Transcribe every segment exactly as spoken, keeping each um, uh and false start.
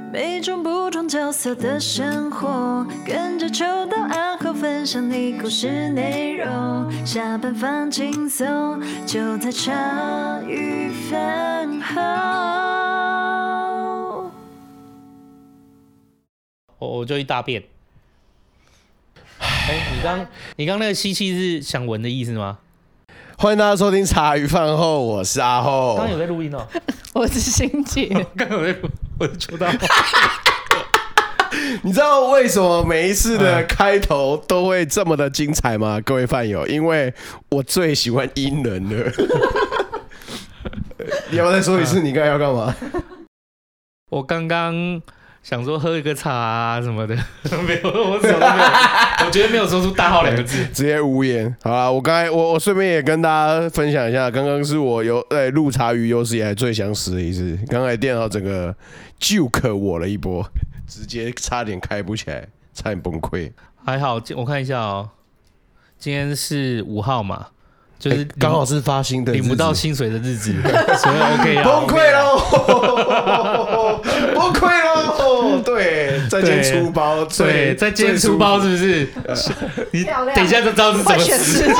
每种不同角色的生活，跟着秋到暗号分享你故事内容。下班放轻松，就在茶余饭后。 我就一大便。哎、欸，你刚你刚那个吸气是想闻的意思吗？ 欢迎大家收听茶余饭后，我是阿后。 刚刚有在录音哦、喔， 我是欣姐。 刚刚有在录，我是秋刀。 你知道为什么每一次的开头都会这么的精彩吗？各位饭友，因为我最喜欢阴人了。你要不要再说一次？你刚才要干嘛？ 我刚刚想说喝一个茶啊什么的，没有，我什么都没有，我觉得没有说出大号两个字， 直接无言。好啦，我刚才我我顺便也跟大家分享一下，刚刚是我有在录茶余有史以来最想死的一次。刚才电脑整个 juke 我了一波，直接差点开不起来，差点崩溃。 还好，我看一下哦、喔，今天是五号嘛。就是刚、欸、好是发薪的领不到薪水的日子，所以 OK 啊， 崩溃喽，崩溃喽！对，在今天出包， 对，在今天出包是不是？你等一下就知道是什么事。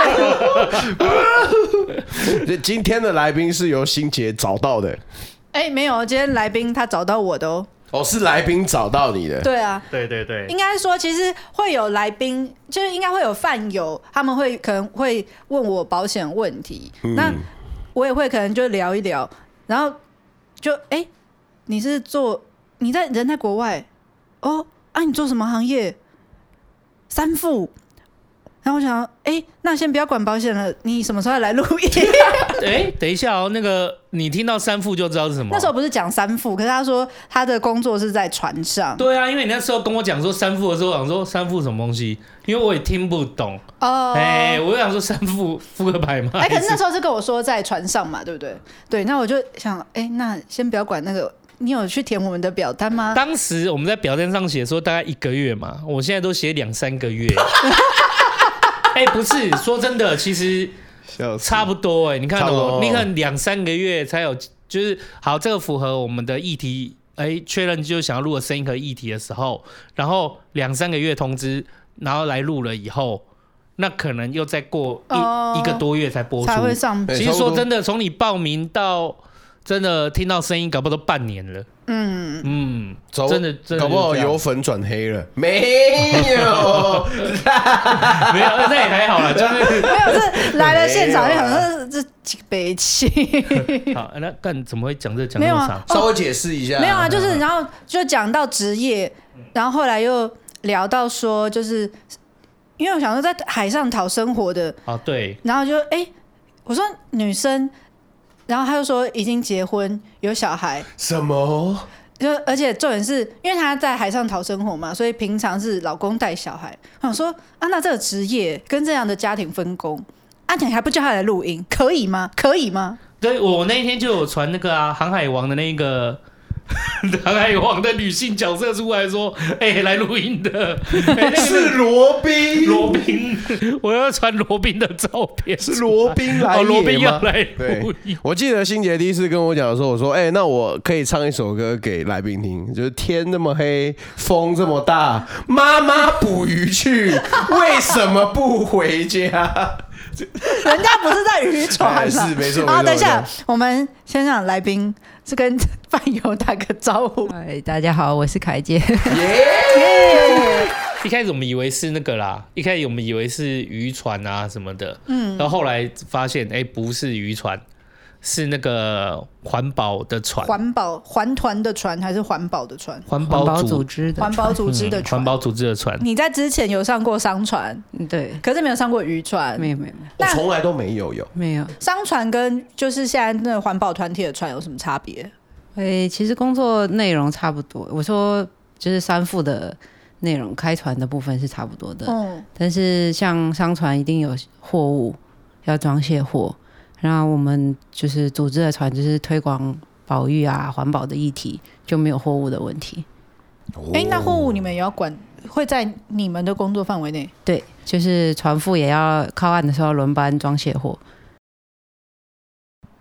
今天的来宾是由欣姐找到的。 哎、欸，没有，今天来宾他找到我的哦。 哦，是来宾找到你的。 对啊， 对对对， 应该说其实会有来宾，就是应该会有饭友，他们会可能会问我保险问题、嗯，那我也会可能就聊一聊，然后就哎、欸，你是做你在人在国外哦啊，你做什么行业？三副。然后我想，哎、欸，那先不要管保险了，你什么时候要来录音？ 哎、欸，等一下哦，那个你听到三副就知道是什么？ 那时候不是讲三副，可是他说他的工作是在船上。 对啊，因为你那时候跟我讲说三副的时候，我想说三副什么东西，因为我也听不懂。哦，哎、欸，我就想说三副扑克牌嘛。 哎、欸，可是那时候是跟我说在船上嘛，对不对？对，那我就想，哎、欸，那先不要管那个。你有去填我们的表单吗？ 当时我们在表单上写说大概一个月嘛，我现在都写两三个月。哎、欸，不是，说真的，其实差不多哎、欸。你看哦、喔，你可能两三个月才有，就是好，这个符合我们的议题，哎、欸，确认就想要录个声音和议题的时候，然后两三个月通知，然后来录了以后，那可能又再过一、哦、一个多月才播出， 才会上。 其实说真的，从你报名到真的听到声音，搞不好都半年了。嗯嗯，真的真的搞不好由粉转黑了，没有， 没有，那也还好啦，就是没有，是来了现场就想说这几悲气。 好，那干怎么会讲这讲那么长？ 啊稍微解释一下。 没有啊，就是然后就讲到职业，然后后来又聊到说，就是因为我想说在海上讨生活的啊，对， 然后就哎、欸，我说女生。然后他就说已经结婚有小孩， 什么？ 就而且重点是因为他在海上讨生活嘛，所以平常是老公带小孩。我想说啊，那这个职业跟这样的家庭分工，啊，你还不叫他来录音，可以吗？可以吗？ 对，我那一天就有传那个啊，航海王的那个。航海王的女性角色出来说：“哎、欸，来录音的、欸那個、 是罗宾， 罗宾，我要传罗宾的照片， 是罗宾来演吗？ 罗宾要来录音。 我记得欣姐第一次跟我讲的时候，我说：‘哎、欸，那我可以唱一首歌给来宾听，就是天这么黑，风这么大，妈妈捕鱼去，为什么不回家？’ 人家不是在渔船嘛， 是没错。 好，等一下，我们先让来宾。”是跟饭友打个招呼。 嗨，大家好，我是凯姐。 耶！一开始我们以为是那个啦，一开始我们以为是渔船啊什么的，嗯，然后后来发现，哎、欸，不是渔船，是那个环保的船。 环保环团的船还是环保的船？ 环保组织的环保组织的船。 环保组织的船。 你在之前有上过商船， 对， 可是没有上过渔船。 没有没有没有， 我从来都没有有。 没有。 商船跟就是现在那个环保团体的船有什么差别？ 欸，其实工作内容差不多。我说就是三副的内容，开船的部分是差不多的。嗯，但是像商船一定有货物要装卸货。那我们就是组织的船，就是推广保育啊、环保的议题，就没有货物的问题。 哎、欸，那货物你们也要管，会在你们的工作范围内？ 对，就是船副也要靠岸的时候轮班装卸货。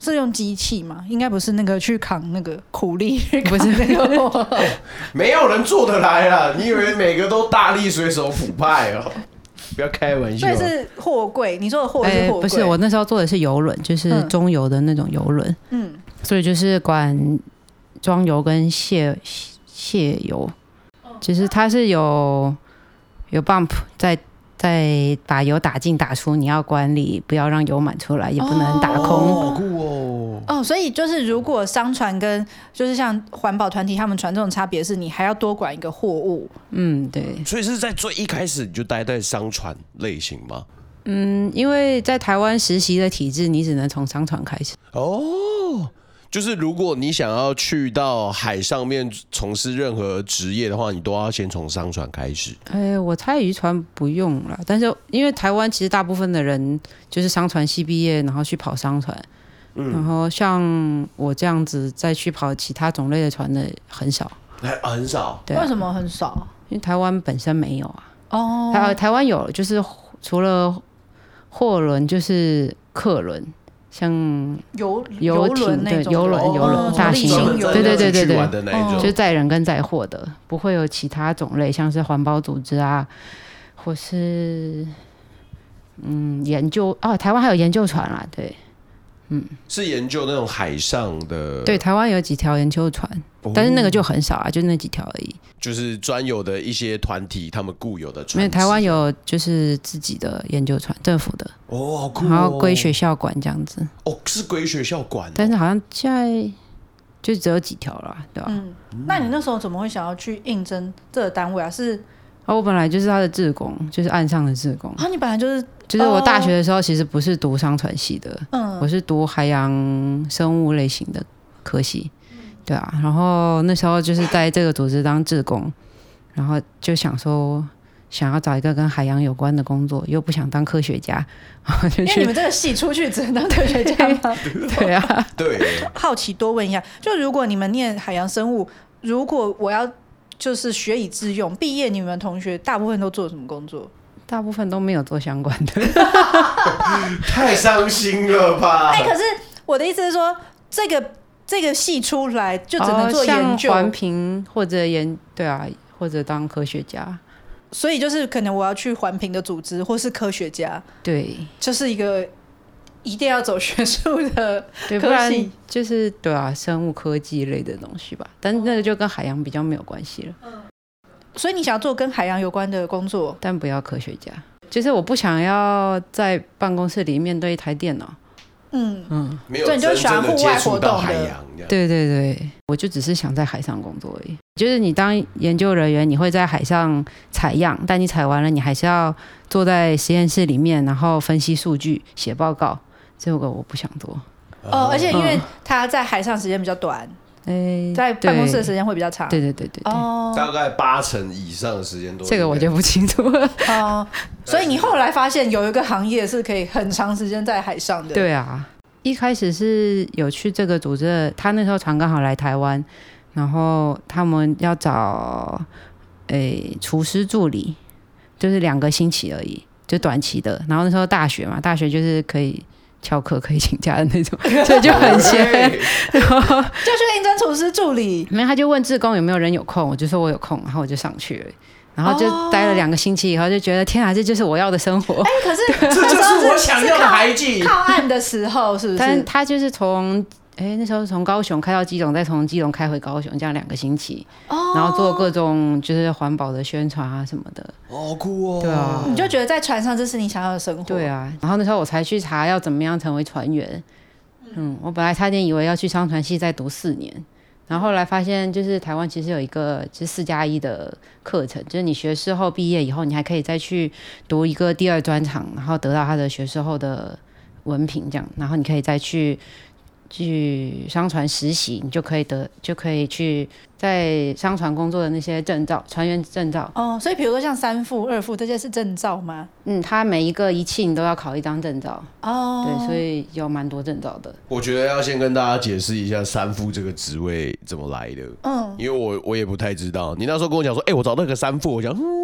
是用机器吗？应该不是那个去扛那个苦力，不是那个货， 没有人做得来啦！你以为每个都大力水手腐派哦？不要开玩笑。 所以是货柜，你说的货是货柜、欸， 不是，我那时候做的是油轮，就是中油的那种油轮。嗯，所以就是管装油跟卸卸油，就是它是有有 bump 在。再把油打进打出，你要管理，不要让油满出来，也不能打空。 哦，好酷哦！ 哦，所以就是如果商船跟就是像环保团体他们船这种差别是，你还要多管一个货物。 嗯，对。 所以是在最一开始你就待在商船类型吗？ 嗯，因为在台湾实习的体制，你只能从商船开始。 哦。就是如果你想要去到海上面从事任何职业的话，你都要先从商船开始。 哎，我猜渔船不用啦，但是因为台湾其实大部分的人就是商船系毕业，然后去跑商船，嗯、然后像我这样子再去跑其他种类的船的很少， 很少。 对、啊， 为什么很少？ 因为台湾本身没有啊。 哦， 台台湾有，就是除了货轮就是客轮。像游游艇对游轮游轮大型对对对对对，就是载人跟载货的，不会有其他种类，像是环保组织啊，或是嗯研究哦，台湾还有研究船啦，对，嗯， 是研究那种海上的， 对，台湾有几条研究船，但是那个就很少啊，就那几条而已。 就是专有的一些团体，他们固有的船。 没有，台湾有就是自己的研究船，政府的哦，好酷哦。 然后归学校管这样子。 哦，是归学校管、哦， 但是好像现在就只有几条了，对吧、啊？ 嗯，那你那时候怎么会想要去应征这个单位啊？是哦，我本来就是他的志工，就是岸上的志工。 啊，你本来就是， 就是我大学的时候其实不是读商船系的，嗯，我是读海洋生物类型的科系。对啊，然后那时候就是在这个组织当志工，然后就想说想要找一个跟海洋有关的工作，又不想当科学家， 因为你们这个系出去只能当科学家吗？ 对啊， 对。 好奇多问一下，就如果你们念海洋生物，如果我要就是学以致用，毕业你们同学大部分都做什么工作？ 大部分都没有做相关的， 太伤心了吧？ 哎、欸，可是我的意思是说，这个。这个系出来就只能做研究， 像环评或者研对啊，或者当科学家。 所以就是可能我要去环评的组织，或是科学家， 对， 就是一个一定要走学术的科系， 不然就是对啊，生物科技类的东西吧。但那个就跟海洋比较没有关系了。嗯， 所以你想要做跟海洋有关的工作， 但不要科学家。就是我不想要在办公室里面对一台电脑。 嗯嗯， 没有真正的接触到海洋。 对对对，我就只是想在海上工作而已。就是你当研究人员，你会在海上采样，但你采完了，你还是要坐在实验室里面，然后分析数据、写报告。这个我不想做。 哦，而且因为他在海上时间比较短。欸、在办公室的时间会比较长， 对对对对对， 哦， 大概八成以上的时间都。 这个我就不清楚了。 哦，所以你后来发现有一个行业是可以很长时间在海上的。 对啊，一开始是有去这个组织的，他那时候船刚好来台湾，然后他们要找诶厨师助理，就是两个星期而已，就短期的。然后那时候大学嘛，大学就是可以。翘课可以请假的那种，所以就很闲，然后就去应征厨师助理。 没有，他就问志工有没有人有空，我就说我有空，然后我就上去了，然后就待了两个星期以后，就觉得天啊，这就是我要的生活。 哎、欸，可是这就是我想要的海景。 靠岸的时候是不是？ 但他就是从哎、欸、那时候从高雄开到基隆，再从基隆开回高雄，这样两个星期，哦、然后做各种就是环保的宣传啊什么的。 好酷哦！ 对啊， 你就觉得在船上这是你想要的生活。 对啊，然后那时候我才去查要怎么样成为船员。嗯，我本来差点以为要去商船系再读四年，然后后来发现就是台湾其实有一个就是四加一的课程，就是你学士后毕业以后，你还可以再去读一个第二专长，然后得到他的学士后的文凭，这样，然后你可以再去。去商船实习，你就可以得，就可以去在商船工作的那些证照，船员证照。 哦，所以比如说像三副、二副这些是证照吗？ 嗯，它每一个仪器你都要考一张证照。哦，对，所以有蛮多证照的。 我觉得要先跟大家解释一下三副这个职位怎么来的。嗯，因为我我也不太知道。你那时候跟我讲说，哎、欸，我找那个三副，我讲，嗯，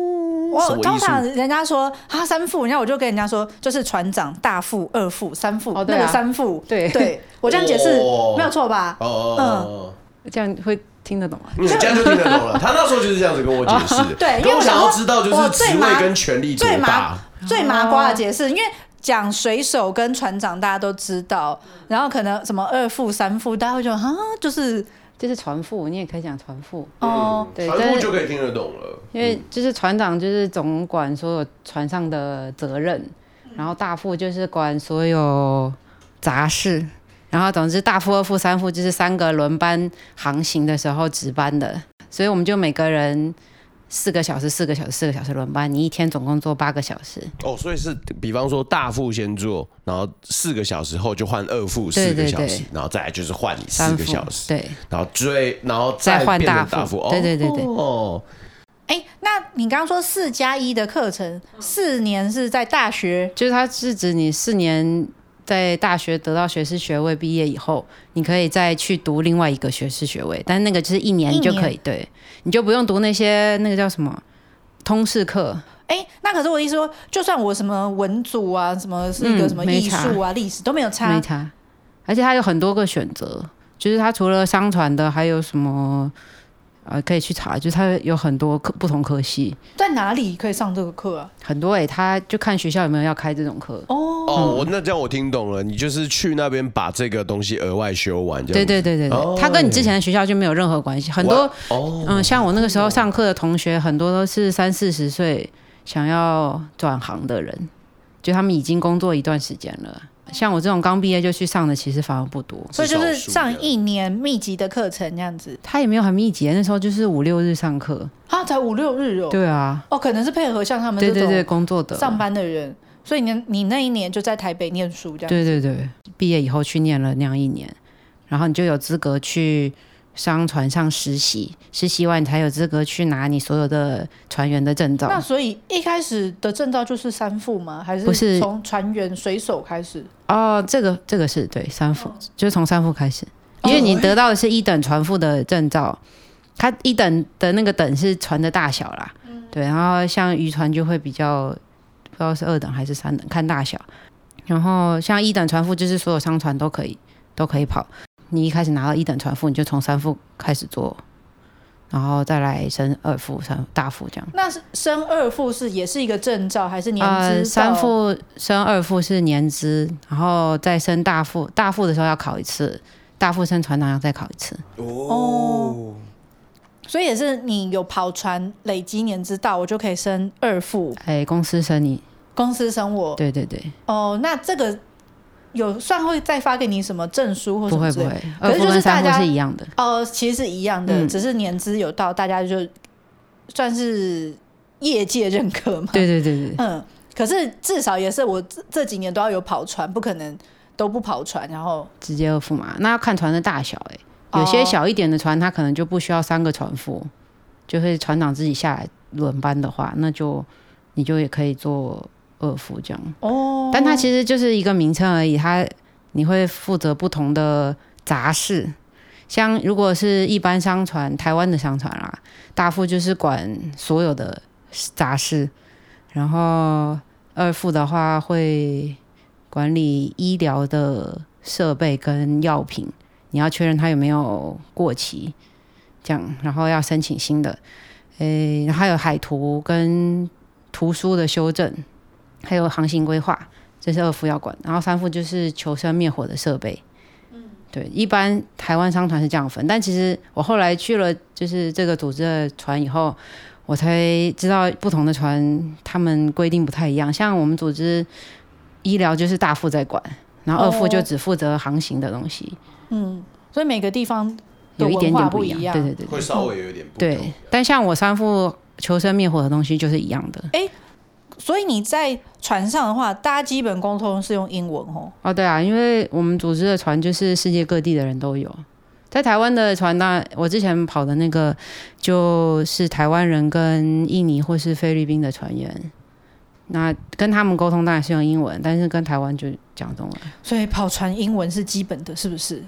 我通常人家说啊三副，然后我就跟人家说，就是船长、大副、二副、三副，哦啊、那个三副， 对对，我这样解释、哦、没有错吧？ 哦， 嗯，这样会听得懂吗？ 嗯，这样就听得懂了。他那时候就是这样子跟我解释的。 对，因为我想要知道就是职位跟权力多大。 最麻最麻瓜的解释，因为讲水手跟船长大家都知道，然后可能什么二副、三副，大家会觉得啊，就是就是船副，你也可以讲船副哦，对，船副就可以听得懂了。 因为就是船长就是总管所有船上的责任，然后大副就是管所有杂事。然后总之大副、二副、三副就是三个轮班航行的时候值班的，所以我们就每个人四个小时、四个小时、四个小时轮班，你一天总共做八个小时。 哦，所以是比方说大副先做，然后四个小时后就换二副四个小时，对对对，然后再来就是换你四个小时， 对， 然后追，然后再换大副，大副， 对对对对。 哦， 哎，那你刚刚说四加一的课程，四年是在大学， 就是它是指你四年。在大学得到学士学位毕业以后，你可以再去读另外一个学士学位，但那个就是一年就可以，对，你就不用读那些那个叫什么通识课。 哎、欸，那可是我意思说，就算我什么文组啊，什么是一个什么艺术啊、历、嗯、史都没有差， 没差。而且它有很多个选择，就是它除了商传的，还有什么呃可以去查，就是它有很多科不同科系。 在哪里可以上这个课啊？ 很多哎、欸，他就看学校有没有要开这种课。 哦哦，我、嗯、那这样我听懂了，你就是去那边把这个东西额外修完，这样子。 对对对对对，哦、他跟你之前的学校就没有任何关系。很多、哦、嗯，像我那个时候上课的同学，很多都是三四十岁想要转行的人，就他们已经工作一段时间了。像我这种刚毕业就去上的，其实反而不多， 所以就是上一年密集的课程这样子。 他也没有很密集，那时候就是五六日上课。 啊，才五六日哦。 对啊。 哦，可能是配合像他们这种对对对工作的上班的人，所以你你那一年就在台北念书这样子。 对对对，毕业以后去念了那样一年，然后你就有资格去商船上实习，实习完你才有资格去拿你所有的船员的证照。 那所以一开始的证照就是三副吗？还是从船员水手开始？ 哦，这个这个是对三副，哦、就是从三副开始，因为你得到的是一等船副的证照，它一等的那个等是船的大小啦，嗯、对，然后像渔船就会比较不知道是二等还是三等，看大小。然后像一等船副就是所有商船都可以都可以跑。你一开始拿到一等船副，你就从三副开始做，然后再来升二副、三大副这样。 那是升二副是也是一个证照还是年资？ 呃，三副升二副是年资，然后再升大副，大副的时候要考一次，大副升船长要再考一次。 哦，所以也是你有跑船累积年资到，我就可以升二副。 哎，公司升你， 公司升我。 对对对。 哦，那这个。有算会再发给你什么证书或什么之类的？ 不会不会，二副跟三副是一样的。 哦，其实是一样的，嗯、只是年资有到，大家就算是业界认可嘛。 对对对对。 嗯，可是至少也是我这几年都要有跑船，不可能都不跑船，然后直接二副嘛。那要看船的大小哎、欸，有些小一点的船，它可能就不需要三个船副，就是船长自己下来轮班的话，那就你就也可以做。二副这样哦，但它其实就是一个名称而已，它你会负责不同的杂事，像如果是一般商船，台湾的商船啦，大副就是管所有的杂事，然后二副的话会管理医疗的设备跟药品，你要确认它有没有过期，这样，然后要申请新的，诶，然后还有海图跟图书的修正。还有航行规划，这是二副要管，然后三副就是求生灭火的设备。嗯，对，一般台湾商船是这样分，但其实我后来去了就是这个组织的船以后，我才知道不同的船他们规定不太一样。像我们组织医疗就是大副在管，然后二副就只负责航行的东西。 嗯，所以每个地方有一点点不一样，对对对， 会稍微有一点不一样。 对，但像我三副求生灭火的东西就是一样的。 哎。所以你在船上的话，大家基本沟通是用英文哦。 哦，对啊，因为我们组织的船就是世界各地的人都有，在台湾的船呢，我之前跑的那个就是台湾人跟印尼或是菲律宾的船员，那跟他们沟通当然是用英文，但是跟台湾就讲中文。 所以跑船英文是基本的，是不是？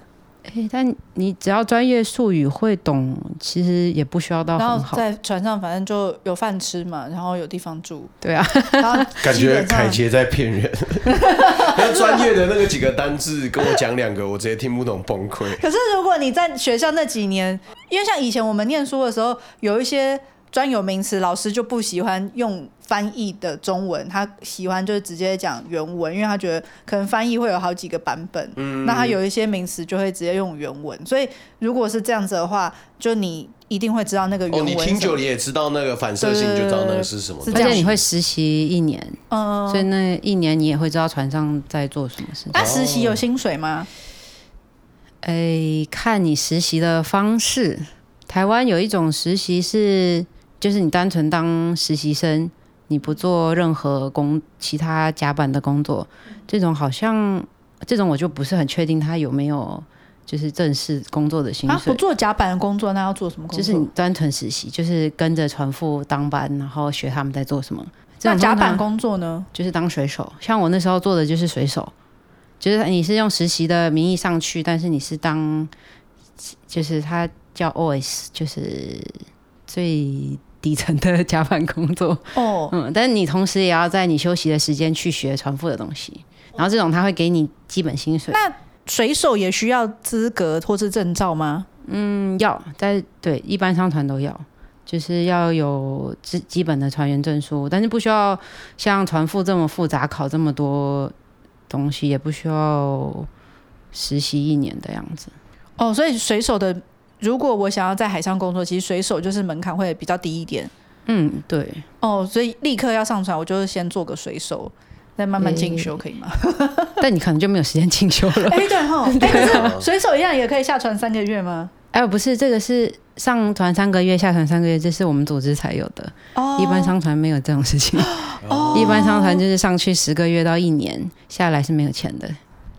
欸、但你只要专业术语会懂，其实也不需要到很好。 然后在船上反正就有饭吃嘛，然后有地方住。 对啊， 然后感觉凯杰在骗人。那专业的那个几个单字跟我讲两个，我直接听不懂，崩溃。 可是如果你在学校那几年，因为像以前我们念书的时候，有一些专有名词，老师就不喜欢用翻译的中文，他喜欢就是直接讲原文，因为他觉得可能翻译会有好几个版本，嗯、那他有一些名词就会直接用原文。所以如果是这样子的话，就你一定会知道那个原文。 哦，你听久了也知道那个反射性，就知道那个是什么。 而且你会实习一年，嗯，所以那一年你也会知道船上在做什么事情。 那、啊、实习有薪水吗？ 哎、欸，看你实习的方式。台湾有一种实习是，就是你单纯当实习生，你不做任何工其他甲板的工作，这种好像这种我就不是很确定他有没有就是正式工作的薪水。 啊，不做甲板的工作，那要做什么工作？ 就是你单纯实习，就是跟着船副当班，然后学他们在做什么。 那甲板工作呢？ 就是当水手，像我那时候做的就是水手，就是你是用实习的名义上去，但是你是当就是他叫 O S， 就是最底层的甲板工作哦，嗯，但是你同时也要在你休息的时间去学船副的东西，然后这种他会给你基本薪水。 那水手也需要资格或是证照吗？ 嗯，要在对一般商船都要，就是要有基本的船员证书，但是不需要像船副这么复杂，考这么多东西，也不需要实习一年的样子。 哦，所以水手的。如果我想要在海上工作，其实水手就是门槛会比较低一点。 嗯，对。 哦，所以立刻要上船，我就先做个水手，再慢慢进修，可以吗？ 但你可能就没有时间进修了。 哎、欸，对哈，哎、欸，可是水手一样也可以下船三个月吗？ 哎、欸，不是，这个是上船三个月，下船三个月，这是我们组织才有的。哦，一般商船没有这种事情。哦，一般商船就是上去十个月到一年，下来是没有钱的。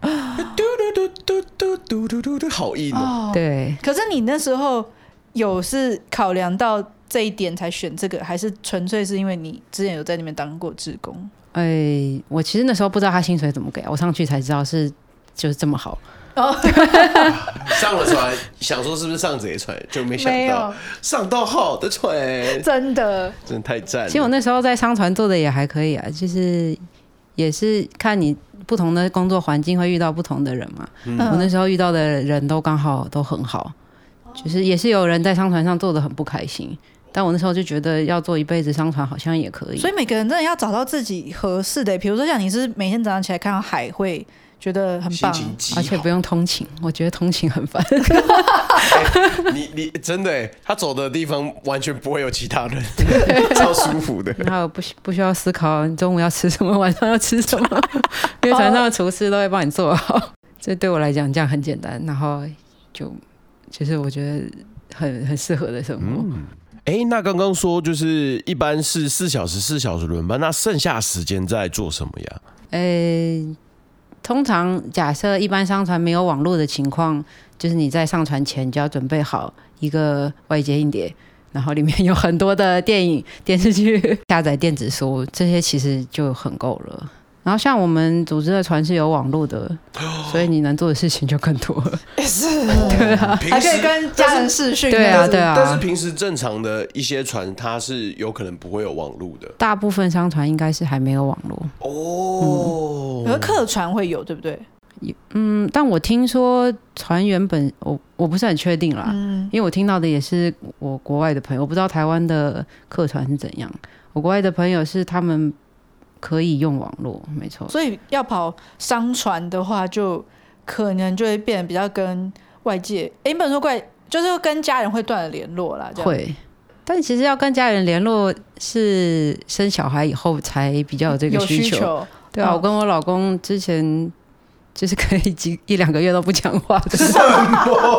好硬哦！ 对， 可是你那时候有是考量到这一点才选这个，还是纯粹是因为你之前有在那边当过志工？ 哎、欸，我其实那时候不知道他薪水怎么给，我上去才知道是就是这么好。哦， 上了船，想说是不是上贼船，就没想到上到好的船， 真的， 真的太赞了。 其实我那时候在商船做的也还可以啊，就是也是看你。不同的工作环境会遇到不同的人嘛、嗯、我那时候遇到的人都刚好都很好，就是也是有人在商船上做得很不开心，但我那时候就觉得要做一辈子商船好像也可以。 所以每个人真的要找到自己合适的，比如说像你是每天早上起来看到海会觉得很棒， 而且不用通勤，我觉得通勤很烦。 欸、你你真的哎，他走的地方完全不会有其他人，超舒服的。 然后不不需要思考你中午要吃什么，晚上要吃什么，因为船上的厨师都会帮你做好。这对我来讲这样很简单，然后就就是我觉得很很适合的生活。嗯哎、欸，那刚刚说就是一般是四小时四小时轮班，那剩下时间在做什么呀？ 呃、欸。通常假设一般商船没有网络的情况，就是你在上船前就要准备好一个外接硬碟，然后里面有很多的电影、电视剧，下载电子书，这些其实就很够了。然后像我们组织的船是有网络的，所以你能做的事情就更多了。 是，对啊，还可以跟家人视讯。 对啊，对啊。 但是平时正常的一些船，它是有可能不会有网络的。 大部分商船应该是还没有网络。 哦。 而客船会有，对不对？ 嗯，但我听说船原本我我不是很确定啦，嗯，因为我听到的也是我国外的朋友，我不知道台湾的客船是怎样。我国外的朋友是他们。可以用网络，没错。 所以要跑商船的话，就可能就会变得比较跟外界，哎、欸，你不能说怪，就是跟家人会断了联络啦。这样会，但其实要跟家人联络是生小孩以后才比较有这个需求。 有需求对啊，哦、我跟我老公之前就是可以几一两个月都不讲话的。 什么？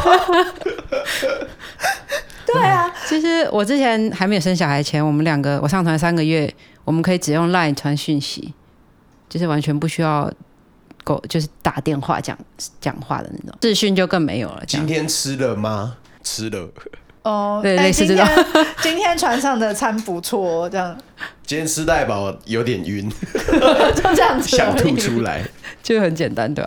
对啊， 其实我之前还没有生小孩前，我们两个我上船三个月。我们可以只用 LINE 传讯息，就是完全不需要狗，就是打电话讲讲话的那种，视讯就更没有了。 今天吃了吗？吃了。 哦， 对，类似这种。 今天船上的餐不错，这样。 今天吃太饱，有点晕， 就这样子， 想吐出来， 就很简单，对吧、啊？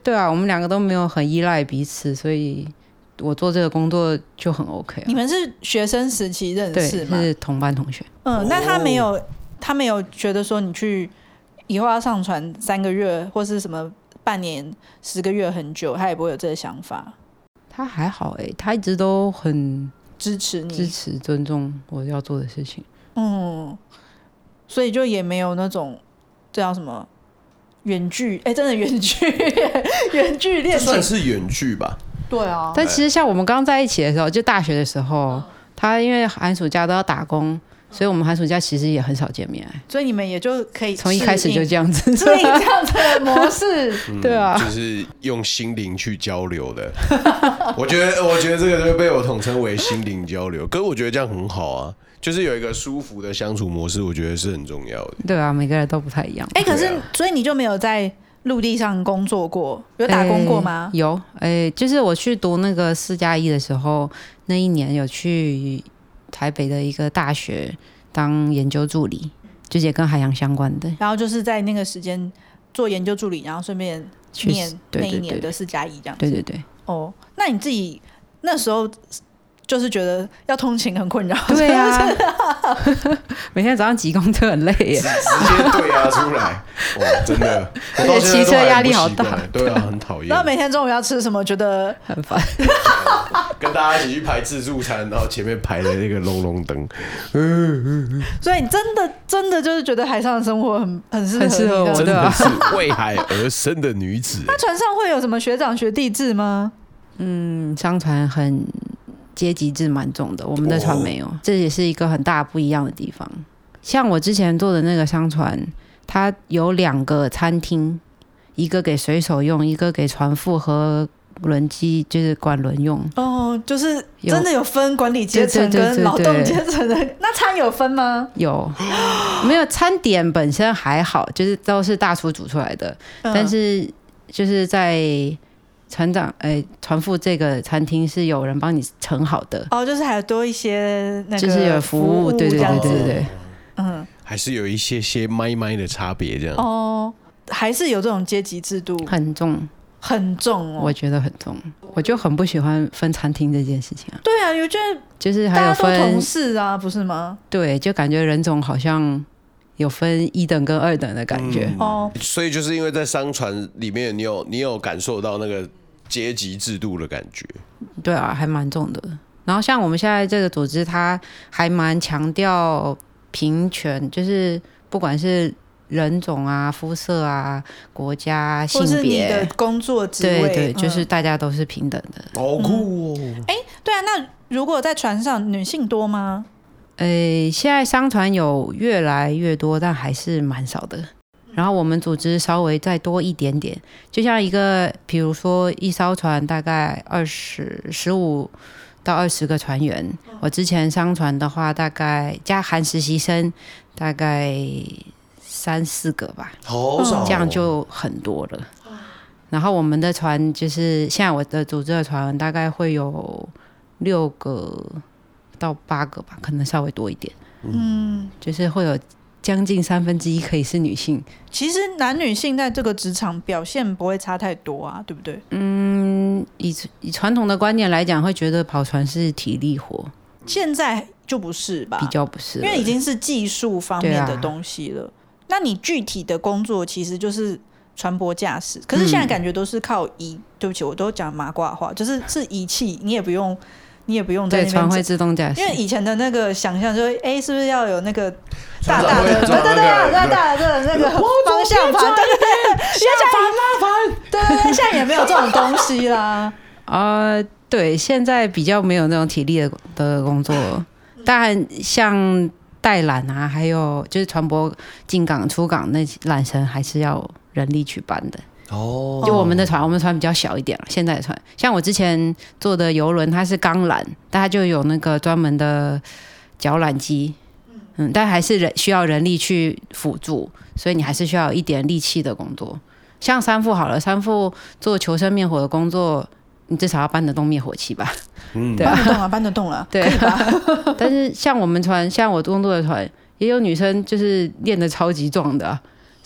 对啊，我们两个都没有很依赖彼此，所以我做这个工作就很 OK、啊。 你们是学生时期认识吗？ 对，是同班同学。 嗯，那他没有，他没有觉得说你去以后要上传三个月或是什么半年、十个月很久，他也不会有这个想法。 他还好哎、欸，他一直都很支持你、 支持、尊重我要做的事情。 嗯，所以就也没有那种这叫什么远距，哎、欸，真的远距远距恋情， 算是远距吧。 对啊， 但其实像我们刚在一起的时候，就大学的时候，他因为寒暑假都要打工，所以我们寒暑假其实也很少见面。 所以你们也就可以从一开始就这样子， 所以这样子的模式， 嗯、 对啊， 就是用心灵去交流的。我觉得，我觉得这个就被我统称为心灵交流。可是我觉得这样很好啊。就是有一个舒服的相处模式，我觉得是很重要的。 对啊，每个人都不太一样。 哎、欸，可是、啊、所以你就没有在陆地上工作过，有打工过吗？ 欸、有，哎、欸，就是我去读那个四加一的时候，那一年有去台北的一个大学当研究助理，就是也跟海洋相关的。 然后就是在那个时间做研究助理，然后顺便念那一年的四加一这样子。 对对对。 哦，那你自己那时候就是觉得要通勤很困扰？ 对啊，每天早上挤公车很累耶， 直接对啊出来，哇，真的， 而且骑车压力好大， 对啊，很讨厌。 然后每天中午要吃什么，觉得很烦。 跟大家一起去排自助餐，然后前面排的那个龙龙灯， 所以你真的真的就是觉得海上的生活很很适合， 很适合我， 真的是为海而生的女子。 那船上会有什么学长学弟制吗？ 嗯，商船很阶级制蛮重的，我们的船没有，这也是一个很大不一样的地方。像我之前做的那个商船，它有两个餐厅，一个给水手用，一个给船副和轮机，就是管轮用。 哦，就是真的有分管理阶层跟劳动阶层的。那餐有分吗？ 有，没有餐点本身还好，就是都是大厨煮出来的，嗯、但是就是在船长哎，船副这个餐厅是有人帮你盛好的哦，就是还有多一些那个就是有服务，对对对对对对， 嗯， 还是有一些些麦麦的差别这样哦，还是有这种阶级制度， 很重很重哦， 我觉得很重，我就很不喜欢分餐厅这件事情啊。 对啊，我觉得就是还有分大家都同事啊，不是吗？ 对，就感觉人种好像有分一等跟二等的感觉、 嗯、哦，所以就是因为在商船里面，你有你有感受到那个阶级制度的感觉， 对啊，还蛮重的。然后像我们现在这个组织，它还蛮强调平权，就是不管是人种啊、肤色啊、国家、性别，或是你的工作职位， 对对，就是大家都是平等的。 好酷哦！ 哎、嗯，对啊，那如果在船上女性多吗？ 呃，现在商船有越来越多，但还是蛮少的。然后我们组织稍微再多一点点，就像一个，比如说一艘船大概二十、十五到二十个船员。我之前商船的话，大概加含实习生，大概三四个吧， 好少、哦， 这样就很多了。然后我们的船就是现在我的组织的船大概会有六个到八个吧，可能稍微多一点。嗯，就是会有将近三分之一可以是女性。 其实男女性在这个职场表现不会差太多啊，对不对？ 嗯，以以传统的观念来讲，会觉得跑船是体力活， 现在就不是吧？ 比较不是， 因为已经是技术方面的东西了。啊、那你具体的工作其实就是船舶驾驶，可是现在感觉都是靠仪、嗯，对不起，我都讲麻瓜话，就是是仪器，你也不用。你也不用在那边， 对，船会自动驾驶。 因为以前的那个想象就是，哎、欸，是不是要有那个大大的、对对对，大大的那个方向盘，对对对，下盘拉盘，对对对，现在也没有这种东西啦。 啊、呃，对，现在比较没有那种体力的的工作，但像带缆啊，还有就是船舶进港出港那缆绳，还是要人力去搬的。哦，就我们的船，我们的船比较小一点了。现在的船，像我之前做的游轮，它是钢缆，但它就有那个专门的绞缆机，嗯，但还是人需要人力去辅助，所以你还是需要有一点力气的工作。像三副好了，三副做求生灭火的工作，你至少要搬得动灭火器吧？ 嗯，对啊，搬得动啊，搬得动啊， 对可以吧？ 但是像我们船，像我工作的船，也有女生就是练得超级壮的、啊。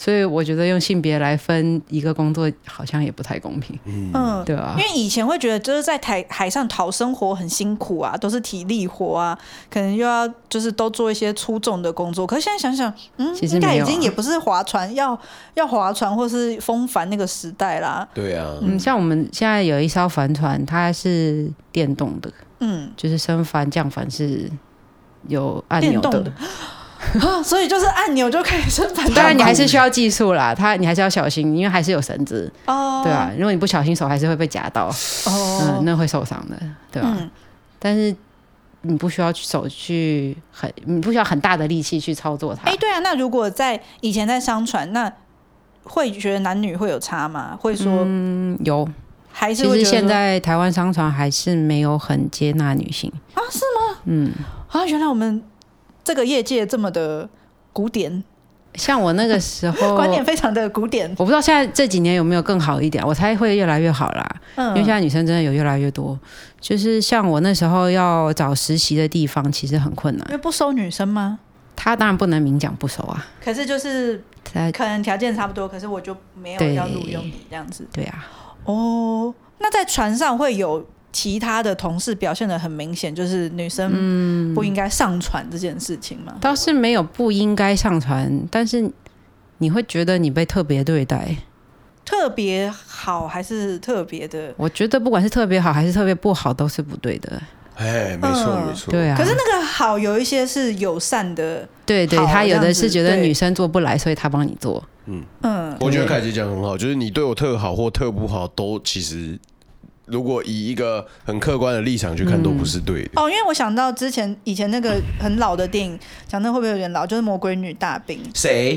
所以我觉得用性别来分一个工作好像也不太公平。 嗯， 对啊， 因为以前会觉得就是在台海上讨生活很辛苦啊，都是体力活啊，可能又要就是都做一些粗重的工作。可是现在想想，嗯， 其实没有啊、 应该已经也不是划船要要划船或是风帆那个时代啦。 对啊， 嗯，像我们现在有一艘帆船，它是电动的， 嗯， 就是升帆降帆是有按钮的。 电动的啊，所以就是按钮就可以升帆。 当然你还是需要技术啦，它你还是要小心，因为还是有绳子。 哦， 对啊，如果你不小心手还是会被夹到， 哦， 嗯，那会受伤的，对吧、啊嗯？ 但是你不需要手去很，你不需要很大的力气去操作它。 哎、欸，对啊，那如果在以前在商船，那会觉得男女会有差吗？会说嗯有， 还是会觉得其实现在台湾商船还是没有很接纳女性啊？是吗？ 嗯， 啊，原来我们这个业界这么的古典， 像我那个时候观念非常的古典。 我不知道现在这几年有没有更好一点，我猜会越来越好啦。嗯，因为现在女生真的有越来越多。就是像我那时候要找实习的地方，其实很困难。 因为不收女生吗？ 他当然不能明讲不收啊。 可是就是可能条件差不多，可是我就没有要录用你这样子。 对啊。 哦，那在船上会有其他的同事表现得很明显，就是女生不应该上船这件事情吗？ 倒是没有不应该上船，但是你会觉得你被特别对待。 特别好还是特别的？ 我觉得不管是特别好还是特别不好，都是不对的。 哎，没错、嗯、没错， 对啊。 可是那个好有一些是友善的， 对对，他有的是觉得女生做不来，所以他帮你做。 嗯嗯，我觉得凯姐讲很好，就是你对我特好或特不好，都其实如果以一个很客观的立场去看，都不是对的。 哦，因为我想到之前以前那个很老的电影，讲那会不会有点老？就是《魔鬼女大兵》。 谁？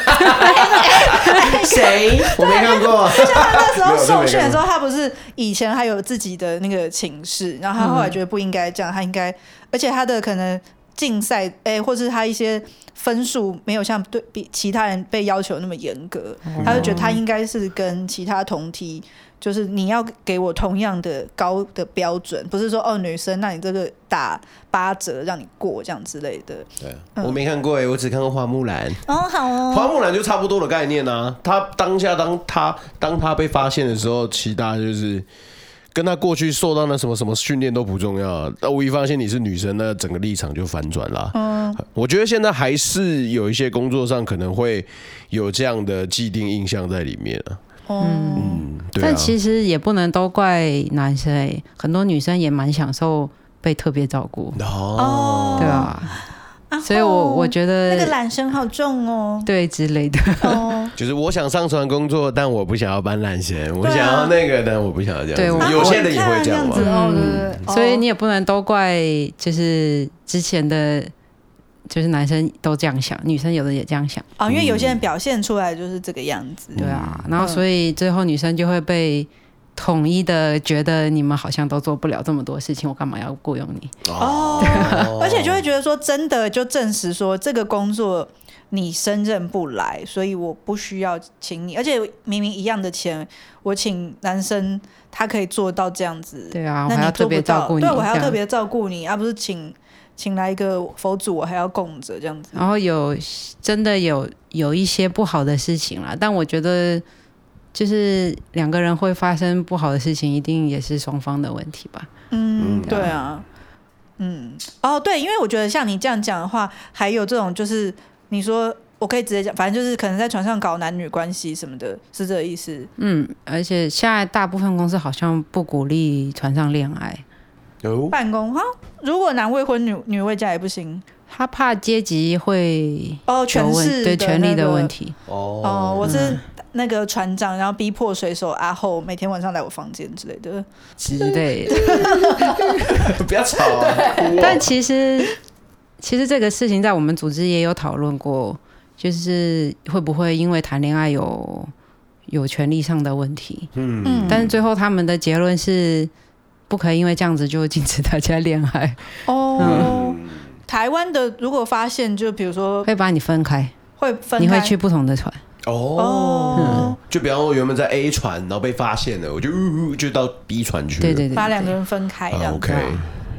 谁？我没看过。 像他那时候受训的时候，他不是以前还有自己的那个寝室，然后他后来觉得不应该这样，他应该，而且他的可能竞赛，哎，或是他一些分数没有像对比其他人被要求那么严格，他就觉得他应该是跟其他同梯。就是你要给我同样的高的标准，不是说哦女生，那你这个打八折让你过这样之类的。 对，嗯、我没看过哎，我只看过花木兰。 哦，好哦。 花木兰就差不多的概念啊。他当下当他当他被发现的时候，其他就是跟他过去受到那什么什么训练都不重要啊。那我一发现你是女生，那整个立场就反转啦。嗯，我觉得现在还是有一些工作上可能会有这样的既定印象在里面啊。 嗯，对、啊，但其实也不能都怪男生哎、欸，很多女生也蛮享受被特别照顾哦，对啊，啊所以我我觉得那个懒神好重哦， 对之类的，哦、 就是我想上船工作，但我不想要搬懒神，我想要那个，但我不想要这样子。 对， 有些人也会这样嘛， 嗯，所以你也不能都怪，就是之前的。就是男生都这样想，女生有的也这样想啊、哦，因为有些人表现出来就是这个样子。 对啊，然后所以最后女生就会被统一的觉得你们好像都做不了这么多事情，我干嘛要雇佣你？ 哦，而且就会觉得说，真的就证实说这个工作你胜任不来，所以我不需要请你。而且明明一样的钱，我请男生他可以做到这样子， 对啊，我还要特别照顾你， 对我还要特别照顾你，而、啊、不是请。请来一个佛祖，我还要供着这样子。 然后有真的有有一些不好的事情啦，但我觉得就是两个人会发生不好的事情，一定也是双方的问题吧。 嗯，对啊，嗯，哦，对，因为我觉得像你这样讲的话，还有这种就是你说我可以直接讲，反正就是可能在船上搞男女关系什么的，是这个意思。 嗯，而且现在大部分公司好像不鼓励船上恋爱。 办公哈，如果男未婚女女未嫁也不行， 他怕阶级会哦权势对权力的问题哦哦，我是那个船长，然后逼迫水手阿后每天晚上来我房间之类的之类的， 不要吵啊！ 但其实其实这个事情在我们组织也有讨论过，就是会不会因为谈恋爱有有权利上的问题？嗯，但是最后他们的结论是。不可以因为这样子就禁止大家恋爱哦。嗯、台湾的如果发现，就比如说会把你分开， 会分开， 你会去不同的船哦。嗯、就比方说原本在 A 船，然后被发现了，我就、呃、就到 B 船去了， 对对 对, 对， 把两个人分开这样子。 OK，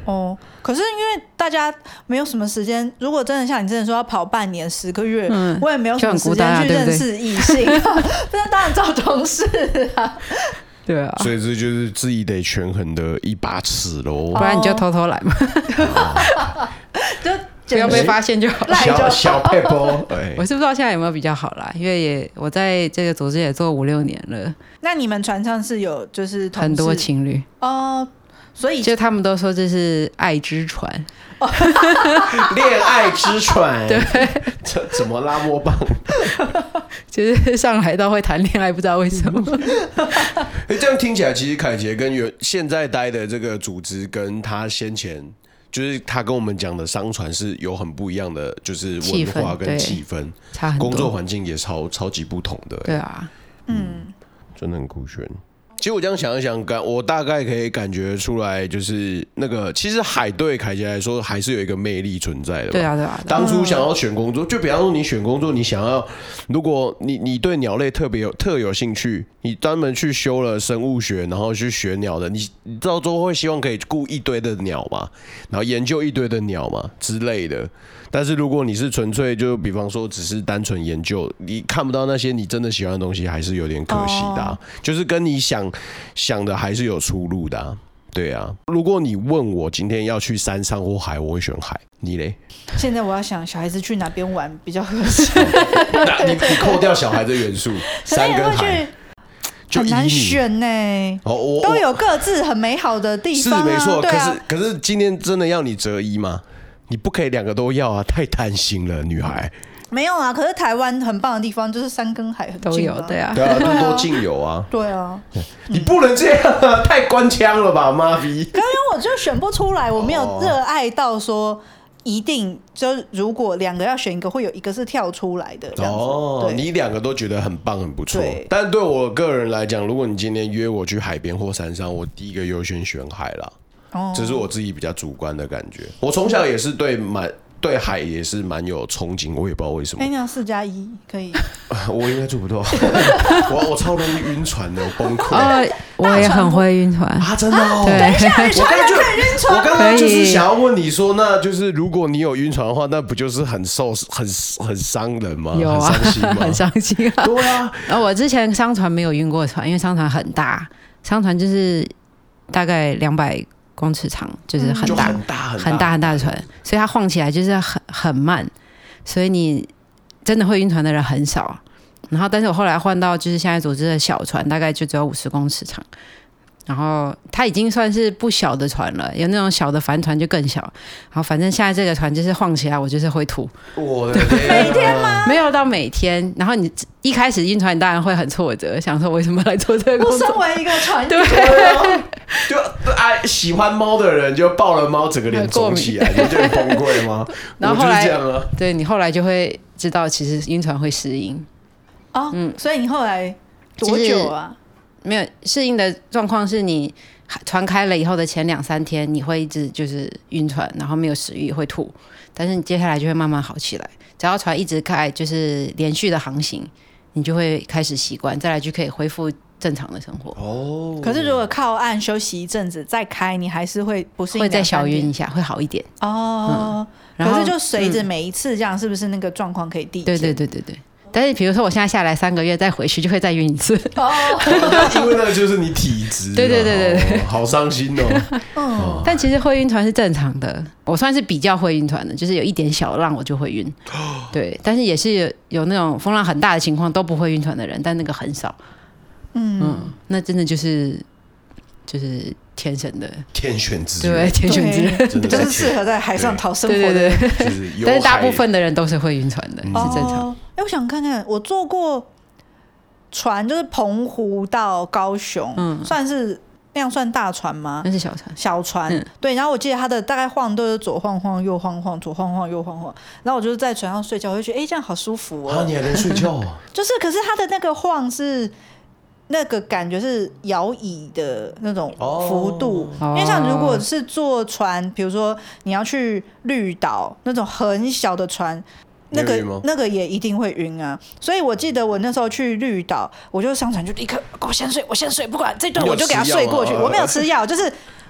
哦，可是因为大家没有什么时间，如果真的像你真的说要跑半年、十个月，嗯、我也没有什么时间去认识异性，那当然找同事啊。 对啊， 所以这就是自己得权衡的一把尺喽， 不然你就偷偷来嘛， 就不要被发现就好。 小小撇步， 我是不知道现在有没有比较好啦，因为也我在这个组织也做五六年了。 那你们船上是有就是同事很多情侣哦。呃所以就他们都说这是爱之船， 恋爱之船， 对， 这怎么拉摸棒？ 就是上海到会谈恋爱，不知道为什么。 哎，这样听起来，其实凯杰跟原现在待的这个组织，跟他先前就是他跟我们讲的商船是有很不一样的，就是文化跟气氛， 差很多， 工作环境也超超级不同的。 对啊， 嗯，真的很酷炫。其实我这样想一想，感我大概可以感觉出来，就是那个，其实海对凯杰来说还是有一个魅力存在的吧。 对啊，对啊。 当初想要选工作，就比方说你选工作，你想要，如果你你对鸟类特别有特有兴趣，你专门去修了生物学，然后去学鸟的，你你到最后会希望可以雇一堆的鸟嘛，然后研究一堆的鸟嘛之类的。但是如果你是纯粹就比方说只是单纯研究，你看不到那些你真的喜欢的东西，还是有点可惜的、啊。Oh. 就是跟你想想的还是有出入的、啊。对啊，如果你问我今天要去山上或海，我会选海。你嘞？ 现在我要想小孩子去哪边玩比较合适。 你你扣掉小孩的元素，山跟海。 很难选呢、欸哦，都有各自很美好的地方、啊。 是没错、啊，可是可是今天真的要你择一吗？你不可以两个都要啊，太贪心了，女孩。 没有啊，可是台湾很棒的地方就是山跟海很近、啊、 都有，对啊， 对啊，多多近有啊。 对啊， 你不能这样啊，太官腔了吧，妈逼！ 可是因为我就选不出来，我没有热爱到说。一定就如果两个要选一个，会有一个是跳出来的这样子。哦， 你两个都觉得很棒很不错，但对我个人来讲，如果你今天约我去海边或山上，我第一个优先选海啦。哦，这是我自己比较主观的感觉。我从小也是对蛮对海也是蛮有憧憬，我也不知道为什么。 哎、欸，那四加一可以？ 我应该做不到，我我超容易晕船的，我崩溃。 哦，我也很会晕船啊，真的哦。 对， 等一下，你船就可以晕船。 我刚刚就是想要问你说，那就是如果你有晕船的话，那不就是很受很很伤人吗？ 有啊， 很伤心吗？ 很伤心啊。 对啊。 然后我之前商船没有晕过船，因为商船很大，商船就是大概两百公尺长，就是很大、 嗯、很大很大很大很大的船，所以它晃起来就是很很慢，所以你真的会晕船的人很少。然后，但是我后来换到就是现在组织的小船，大概就只有五十公尺长，然后它已经算是不小的船了，有那种小的帆船就更小。然后反正现在这个船就是晃起来，我就是会吐。 我的天、啊， 每天吗？ 没有到每天。然后你一开始晕船，你当然会很挫折，想说为什么来做这个工作？ 我身为一个船员， 对啊，就爱喜欢猫的人就抱了猫，整个脸肿起来，你就很崩溃吗？ 然后后来， 我就是这样啊、 对你后来就会知道，其实晕船会适应。 哦，嗯，所以你后来多久啊？ 没有适应的状况是你船开了以后的前两三天，你会一直就是晕船，然后没有食欲，会吐，但是你接下来就会慢慢好起来。只要船一直开，就是连续的航行，你就会开始习惯，再来就可以恢复正常的生活。 哦， 可是如果靠岸休息一阵子再开，你还是会不适应， 会再小晕一下，会好一点。 哦，嗯、可是就随着每一次这样，是不是那个状况可以递减？ 对对对对对。但是比如说我现在下来三个月再回去，就会再晕一次。 哦， 因为那个就是你体质。 对对对对对， 哦、好伤心哦。 嗯，但其实会晕船是正常的，我算是比较会晕船的，就是有一点小浪我就会晕。对，但是也是有有那种风浪很大的情况都不会晕船的人，但那个很少。嗯嗯，那真的就是就是天生的天选之人， 对，天选之人， 就是适合在海上讨生活的。 对对对， 就是但是大部分的人都是会晕船的，嗯、是正常。 哎、哦，我想看看，我坐过船，就是澎湖到高雄，嗯，算是那样算大船吗？ 那是小船， 小船。嗯、对，然后我记得它的大概晃都是左晃晃右晃晃，左晃晃右晃晃。然后我就是在船上睡觉，我就觉得哎、欸，这样好舒服哦。 啊，你还能睡觉啊？ 就是，可是它的那个晃是。那个感觉是摇椅的那种幅度，哦、因为像如果是坐船，比如说你要去绿岛那种很小的船，那个那个也一定会晕啊。所以我记得我那时候去绿岛，我就上船就立刻我先睡，我先睡，不管这顿我就给他睡过去。我没有吃药，就是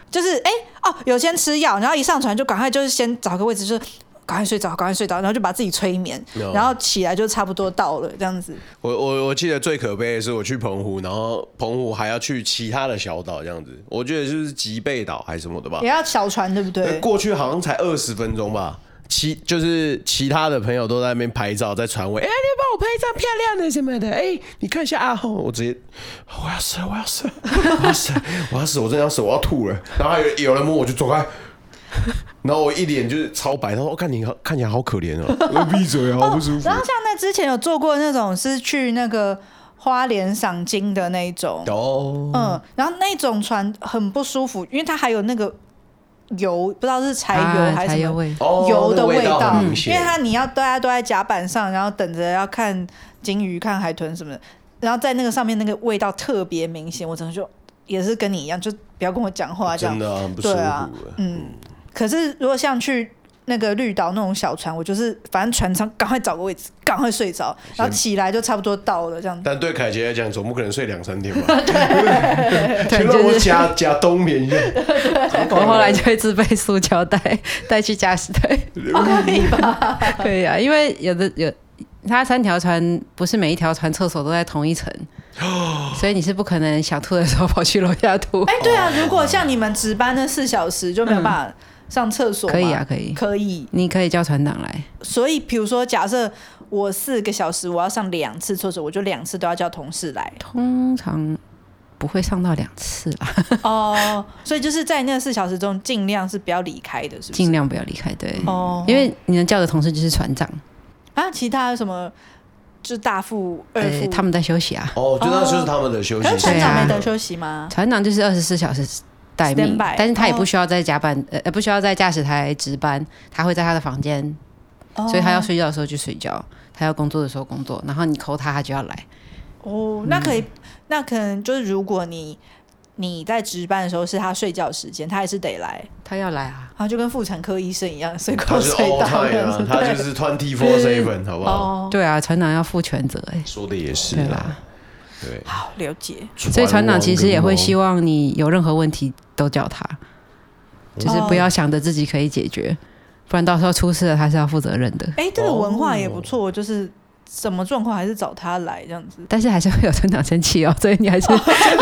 就是哎、欸、哦，有先吃药，然后一上船就赶快就是先找个位置，就是赶快睡着，赶快睡着，然后就把自己催眠，然后起来就差不多到了这样子。 我我我记得最可悲的是我去澎湖，然后澎湖还要去其他的小岛这样子，我觉得就是吉贝岛还是什么的吧， 也要小船对不对？ 过去好像才二十分钟吧。其就是其他的朋友都在那边拍照，在船尾，哎、欸，你帮我拍一张漂亮的什么的，哎、欸，你看一下阿后，我直接，我要死了，我要死了，我要死了，我要死了，我真的要死了，我要吐了。然后还有有人摸我就走开，然后我一脸就是超白，他说：“我看你看起来好可怜哦，我闭嘴，好不舒服。” 然后像那之前有做过那种是去那个花莲赏金的那一种， 哦， 嗯，然后那种船很不舒服，因为它还有那个。油不知道是柴油还是什么油的味道， 哦、 因为它你要大家都在甲板上，然后等着要看鲸鱼、看海豚什么的，然后在那个上面那个味道特别明显，我整个就也是跟你一样，就不要跟我讲话这样， 真的、啊、很不舒服。 对啊，嗯。可是如果像去那个绿岛那种小船，我就是反正船舱赶快找个位置，赶快睡着，然后起来就差不多到了这样。 但对凯杰来讲，总不可能睡两三天吧？对，就让我假假冬眠一下。 我后来就会自备塑胶袋带去驾驶台， 可以吧？ 可以啊，因为有的有，它三条船不是每一条船厕所都在同一层。所以你是不可能想吐的时候跑去楼下吐。 哎、欸，对啊，如果像你们值班的四小时就没有办法上厕所、嗯， 可以啊，可以， 可以， 你可以叫船长来。 所以，比如说，假设我四个小时我要上两次厕所，我就两次都要叫同事来。 通常不会上到两次啦。哦， 所以就是在那四小时中，尽量是不要离开的，是不是？ 尽量不要离开，对。哦，因为你能叫的同事就是船长啊，其他什么？就是大副、二副、 欸，他们在休息啊。 哦，就那就是他们的休息。 可是船长没得休息吗？ 船长就是二十四小时待命，但是他也不需要在甲板，呃、哦，不需要在驾驶台值班，他会在他的房间，哦，所以他要睡觉的时候就睡觉，他要工作的时候工作，然后你call他，他就要来。 哦，那可以，嗯，那可能就是如果你你在值班的时候是他睡觉时间，他还是得来， 他要来啊， 然后就跟妇产科医生一样，随口随到， 啊，他就是 twenty four seven， 好不好？ 哦， 对啊，船长要负全责，哎， 说的也是， 对啦， 对， 好了解。 所以船长其实也会希望你有任何问题都叫他，就是不要想着自己可以解决，不然到时候出事了他是要负责任的。 哎，这个文化也不错，就是什么状况还是找他来这样子， 但是还是会有船长生气哦，所以你还是。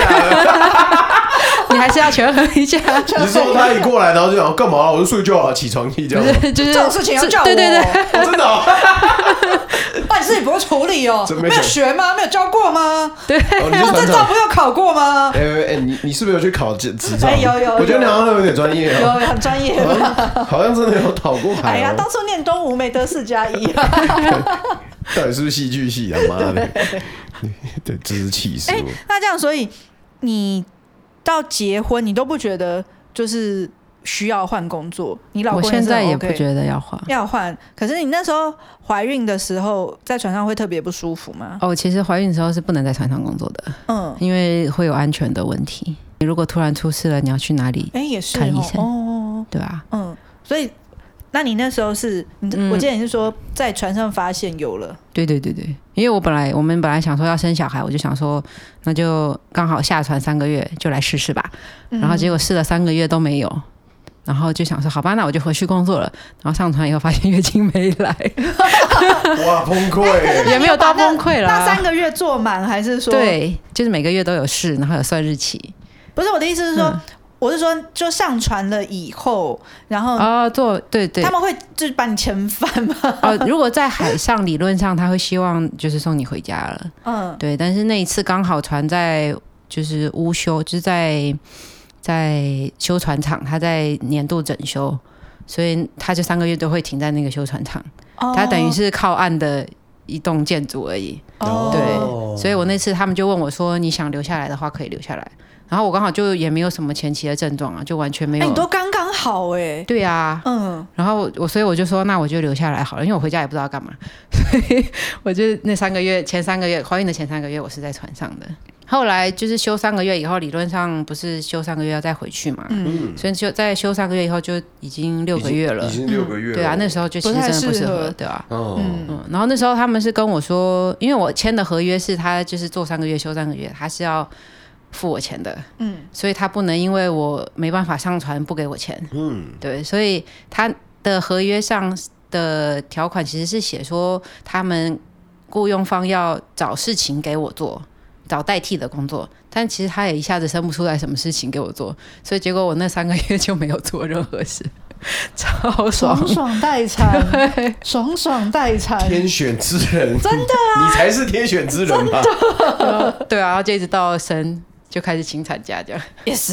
你还是要权衡一下。 你说他一过来，然后就想干嘛？我就睡觉啊，起床气这样。 就是这种事情要叫我。 对对对， 哦、真的、哦。 那你自己不会处理哦？没有学吗？没有教过吗？ 对。 哦、 你证照不有考过吗？ 哎哎哎，你你是不是有去考执照？ 哎、欸，有有。 我觉得你好像有点专业哦。 有很专业好像。好像真的有考过海、哦。 哎呀，当初念东吴没得四加一。 到底是不是戏剧系啊？妈的！对，真是气死我。哎、欸， 那这样，所以你。到结婚，你都不觉得就是需要换工作？你老公、OK、 我现在也不觉得要换， 要换。可是你那时候怀孕的时候，在船上会特别不舒服吗？ 哦，其实怀孕的时候是不能在船上工作的，嗯，因为会有安全的问题。你如果突然出事了，你要去哪里？ 哎，也是看医生哦， 对啊， 嗯，所以。那你那时候是，嗯、我记得你是说在船上发现有了， 对对对对，因为我本来我们本来想说要生小孩，我就想说那就刚好下船三个月就来试试吧，嗯、然后结果试了三个月都没有，然后就想说好吧，那我就回去工作了，然后上船以后发现月经没来， 哇崩溃， 也没有到崩溃了， 那三个月做满还是说？ 对，就是每个月都有试，然后有算日期。 不是我的意思是说。嗯我是说，就上船了以后，然后哦，做对对， 他们会就是把你遣返吗？ 哦，如果在海上，理论上他会希望就是送你回家了，嗯，对。但是那一次刚好船在就是乌修，就是在在修船厂，他在年度整修，所以他就三个月都会停在那个修船厂，哦、他等于是靠岸的一栋建筑而已，哦、对。所以我那次他们就问我说：“你想留下来的话，可以留下来。”然后我刚好就也没有什么前期的症状啊，就完全没有。 哎、欸，你都刚刚好哎、欸。 对啊，嗯。然后我所以我就说，那我就留下来好了，因为我回家也不知道要干嘛，所以我就那三个月前三个月怀孕的前三个月我是在船上的。后来就是休三个月以后，理论上不是休三个月要再回去嘛，嗯。所以就在休三个月以后就已经六个月了， 已经六个月了。 对啊，那时候就其实真的不适合，对吧、啊？哦、嗯嗯。然后那时候他们是跟我说，因为我签的合约是他就是做三个月休三个月，他是要。 付我钱的，嗯，所以他不能因为我没办法上传不给我钱，嗯，对，所以他的合约上的条款其实是写说他们雇用方要找事情给我做，找代替的工作，但其实他也一下子生不出来什么事情给我做，所以结果我那三个月就没有做任何事。超爽， 爽爽待产，爽爽待产， 天选之人， 真的啊， 你才是天选之人吧？ 对啊，然后就一直到生就开始请产假这样。 Yes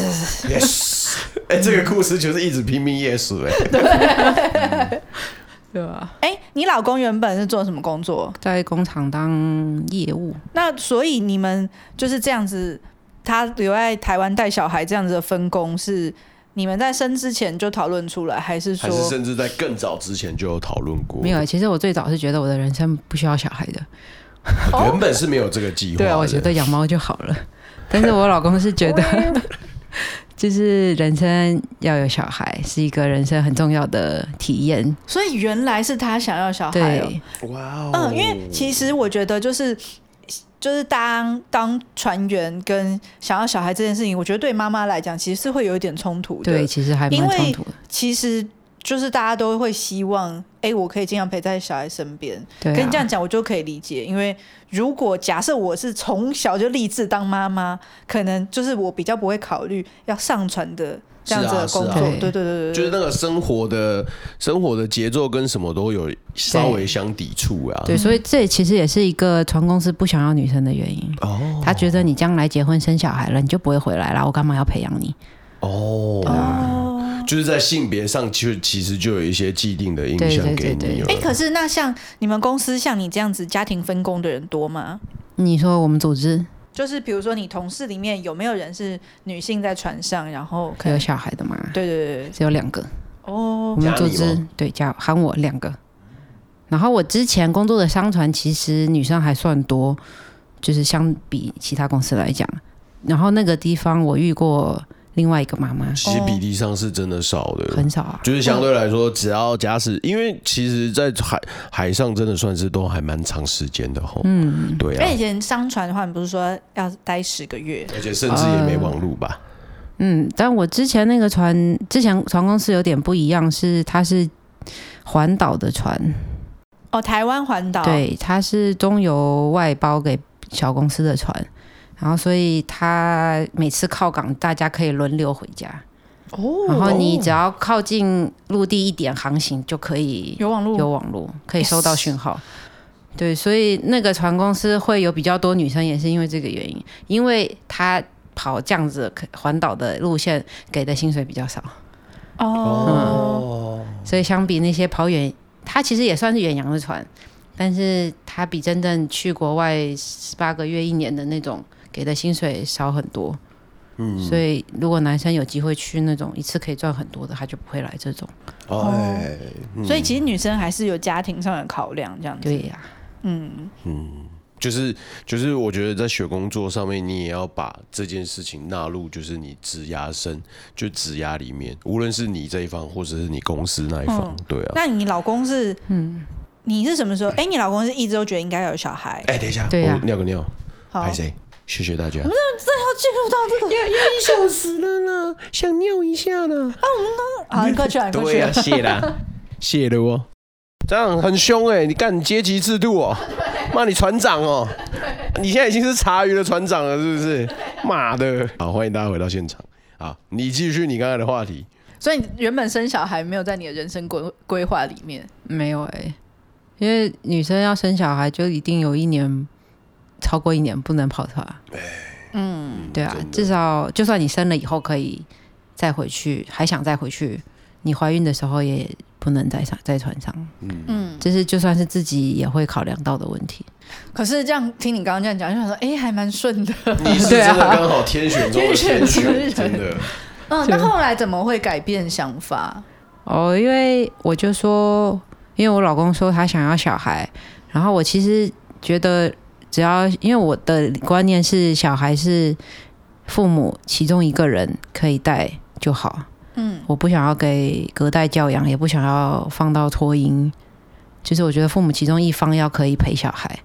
yes， 哎、欸，这个故事就是一直拼命 yes 哎、欸。 对， 嗯、对啊。 哎、欸，你老公原本是做什么工作？ 在工厂当业务。 那所以你们就是这样子，他留在台湾带小孩这样子的分工是？你们在生之前就讨论出来，还是说， 还是甚至在更早之前就有讨论过？ 没有，其实我最早是觉得我的人生不需要小孩的， 原本是没有这个计划。 对啊，我觉得养猫就好了。但是我老公是觉得，就是人生要有小孩是一个人生很重要的体验。 所以原来是他想要小孩、喔， 对， 哇哦， 嗯，因为其实我觉得就是。就是当当船员跟想要小孩这件事情，我觉得对妈妈来讲其实是会有一点冲突的。 对，其实还蛮冲突的。 其实就是大家都会希望，哎、欸，我可以尽量陪在小孩身边。 对、啊， 跟你这样讲，我就可以理解。因为如果假设我是从小就立志当妈妈，可能就是我比较不会考虑要上传的。这样子的工作，啊啊、对对对对， 就是那个生活的生活的节奏跟什么都有稍微相抵触啊。 对，所以这其实也是一个船公司不想要女生的原因。哦，他觉得你将来结婚生小孩了，你就不会回来了，我干嘛要培养你？ 哦，对啊，就是在性别上就其实就有一些既定的印象给你了。 哎、欸，可是那像你们公司像你这样子家庭分工的人多吗？ 你说我们组织？ 就是比如说，你同事里面有没有人是女性在船上，然后可以有小孩的吗？ 对对对， 只有两个。 哦， 我们组织对加喊我两个。然后我之前工作的商船其实女生还算多，就是相比其他公司来讲。然后那个地方我遇过另外一个妈妈， 其实比例上是真的少的， 很少啊。 就是相对来说，只要假使，因为其实，在海海上真的算是都还蛮长时间的吼。嗯，对啊。 因为以前商船的话，你不是说要待十个月， 而且甚至也没网路吧？呃、 嗯，但我之前那个船，之前船公司有点不一样，是它是环岛的船。 哦，台湾环岛。 对，它是中油外包给小公司的船。然后，所以他每次靠港，大家可以轮流回家。哦。然后你只要靠近陆地一点航行，就可以有网络， 有网络可以收到讯号。Yes. 对，所以那个船公司会有比较多女生，也是因为这个原因，因为他跑这样子环岛的路线，给的薪水比较少。哦。嗯。所以相比那些跑远，他其实也算是远洋的船，但是他比真正去国外十八个月、一年的那种。给的薪水少很多，嗯，所以如果男生有机会去那种一次可以赚很多的，他就不会来这种。 哦，嗯、所以其实女生还是有家庭上的考量，这样子。 对呀、啊， 嗯嗯，就是就是，我觉得在学工作上面，你也要把这件事情纳入，就是你职涯生就职涯里面，无论是你这一方或者是你公司那一方，嗯、对啊。 那你老公是嗯，你是什么时候？哎、欸，你老公是一直都觉得应该要有小孩？ 哎、欸，等一下， 对呀、啊， 我尿个尿，拍谁？谢谢大家。我们真的要进入到这个， 要要一小时了呢，想尿一下呢。啊， 我们刚好，你过去了，你过去了。 对啊，谢啦，谢了哦。这样很凶哎、欸，你干你阶级制度哦，骂你船长哦，你现在已经是茶余的船长了，是不是？妈的！好，欢迎大家回到现场。好，你继续你刚才的话题。 所以你原本生小孩没有在你的人生规规划里面？ 没有哎、欸，因为女生要生小孩就一定有一年。超过一年不能跑船，嗯，对啊，至少就算你生了以后可以再回去，还想再回去，你怀孕的时候也不能在在船上，嗯，这是就算是自己也会考量到的问题。 可是这样听你刚刚这样讲，就想说，哎、欸，还蛮顺的。 你是真的刚好天选中的天选，真的。 嗯，那后来怎么会改变想法？ 哦，因为我就说，因为我老公说他想要小孩，然后我其实觉得。只要因为我的观念是小孩是父母其中一个人可以带就好，嗯，我不想要给隔代教养，也不想要放到托婴，就是我觉得父母其中一方要可以陪小孩，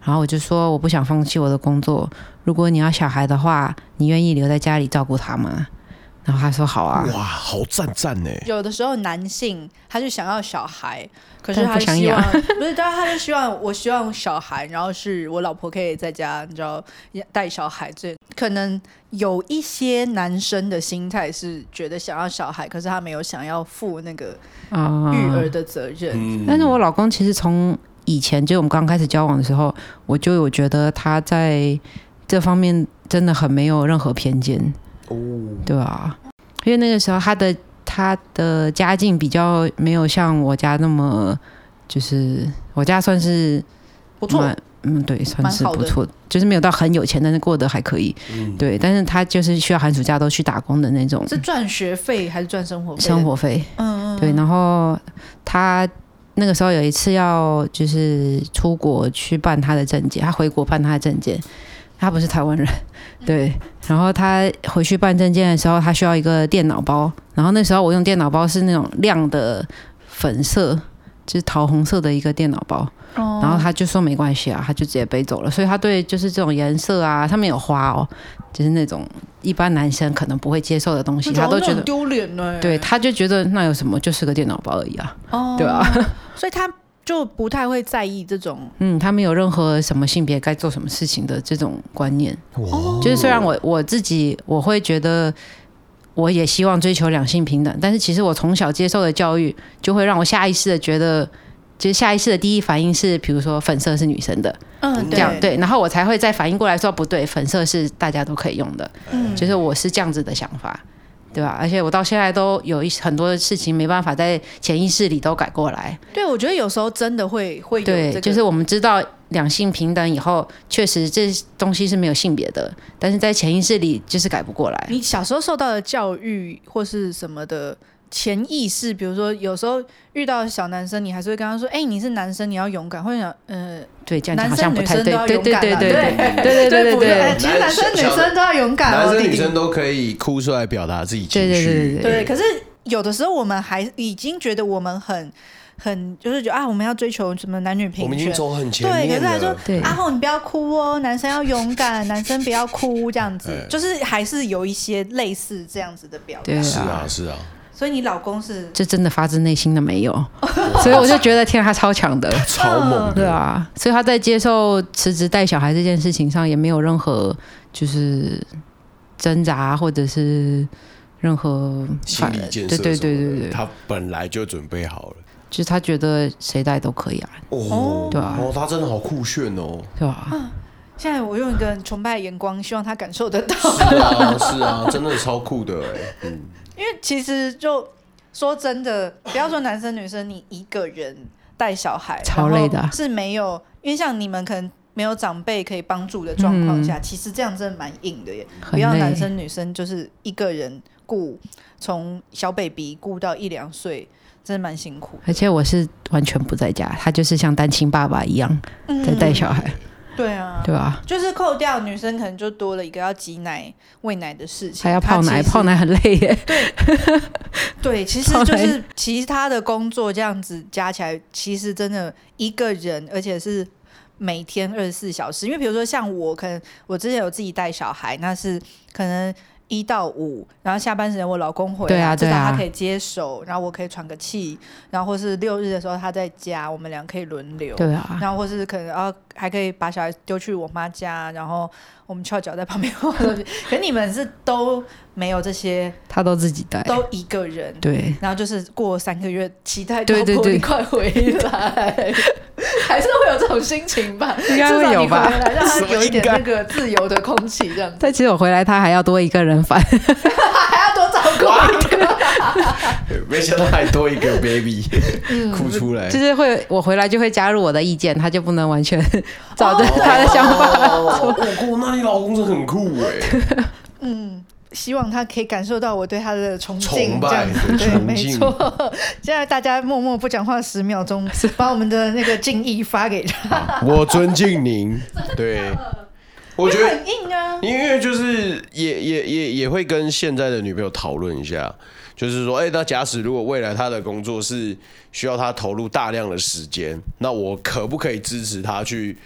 然后我就说我不想放弃我的工作，如果你要小孩的话，你愿意留在家里照顾他吗？然后他说好啊。 哇，好赞赞呢！ 有的时候男性他就想要小孩，可是他不想希望养不是，但他就希望我希望小孩，然后是我老婆可以在家，你知道带小孩。这可能有一些男生的心态是觉得想要小孩，可是他没有想要负那个育儿的责任。 嗯、 但是我老公其实从以前就我们刚开始交往的时候，我就有觉得他在这方面真的很没有任何偏见。哦，对啊，因为那个时候他的他的家境比较没有像我家那么，就是我家算是不错， 嗯，对，算是不错，就是没有到很有钱，但是过得还可以。嗯，对，但是他就是需要寒暑假都去打工的那种。 是赚学费还是赚生活费？ 生活费，嗯嗯，对。然后他那个时候有一次要就是出国去办他的证件，他回国办他的证件。他不是台湾人，对，然后他回去办证件的时候，他需要一个电脑包，然后那时候我用电脑包是那种亮的粉色，就是桃红色的一个电脑包，哦、然后他就说没关系啊，他就直接背走了，所以他对就是这种颜色啊，上面有花哦，就是那种一般男生可能不会接受的东西，他都觉得丢脸呢， 对，他就觉得那有什么，就是个电脑包而已啊，哦、对吧、啊？ 所以他就不太会在意这种， 嗯，他没有任何什么性别该做什么事情的这种观念。哦，就是虽然我我自己我会觉得，我也希望追求两性平等，但是其实我从小接受的教育就会让我下意识的觉得，就是下意识的第一反应是，比如说粉色是女生的，嗯，这样对，然后我才会再反应过来说不对，粉色是大家都可以用的，嗯，就是我是这样子的想法。对吧？而且我到现在都有一很多事情没办法在潜意识里都改过来。 对，我觉得有时候真的会会有、这个、 对，就是我们知道两性平等以后，确实这东西是没有性别的，但是在潜意识里就是改不过来。 你小时候受到的教育或是什么的潜意识，比如说有时候遇到小男生，你还是会跟他说：“哎、欸，你是男生，你要勇敢。”或者讲，呃， 对，这样讲好像不太对。 对对对对对对对对对对，其实男生女生都要勇敢， 男生女生都可以哭出来表达自己情绪。 对对对对对。可是有的时候我们还已经觉得我们很。很就是觉得啊，我们要追求什么男女平权，我们已经走很前面了。 对，可是还说阿红你不要哭哦，男生要勇敢，男生不要哭这样子，就是还是有一些类似这样子的表达。 对啊， 是啊，是啊。 所以你老公是这真的发自内心的没有，所以我就觉得天啊，他超强的， 超猛的， 对啊。所以他在接受辞职带小孩这件事情上也没有任何就是挣扎或者是任何心理建设，对对对对对，他本来就准备好了。 就是他觉得谁带都可以啊， 哦，对啊，哦，他真的好酷炫哦， 对吧、 啊？现在我用一个崇拜的眼光，希望他感受得到。 是啊，是啊，真的超酷的哎，嗯。 因为其实就说真的，不要说男生女生，你一个人带小孩， 超累的、啊， 是没有，因为像你们可能没有长辈可以帮助的状况下、嗯，其实这样真的蛮硬的耶。不要男生女生就是一个人顾，从小 baby 顾到一两岁。真的蛮辛苦， 而且我是完全不在家，他就是像单亲爸爸一样在带小孩、嗯。 对啊， 对啊， 就是扣掉女生可能就多了一个要挤奶、喂奶的事情， 还要泡奶，泡奶很累耶。 对，对，其实就是其他的工作这样子加起来，其实真的一个人，而且是每天二十四小时。因为比如说像我，可能我之前有自己带小孩，那是可能。一到五，然后下班时间我老公回来，至少他可以接手，然后我可以喘个气，然后或是六日的时候他在家，我们俩可以轮流， 对啊， 然后或是可能啊还可以把小孩丢去我妈家，然后我们翘脚在旁边玩东西。可你们是都没有这些， 他都自己带， 都一个人， 对， 然后就是过三个月，期待老婆你快回来，还是会有这种心情吧？ 应该会有吧？ 让他有一点那个自由的空气，这样。 但其实我回来，他还要多一个人烦， 还要多照顾一个。 没想到还多一个 baby， 哭出来。 就是会，我回来就会加入我的意见，他就不能完全照着他的想法做。 我那你老公真的很酷哎。 嗯。希望他可以感受到我对他的崇敬， 这样子，对，没错。现在大家默默不讲话十秒钟，把我们的那个敬意发给他。 我尊敬您，对，我觉得很硬啊。 因为就是也也也也会跟现在的女朋友讨论一下，就是说，哎、欸，那假使如果未来他的工作是需要他投入大量的时间，那我可不可以支持他去？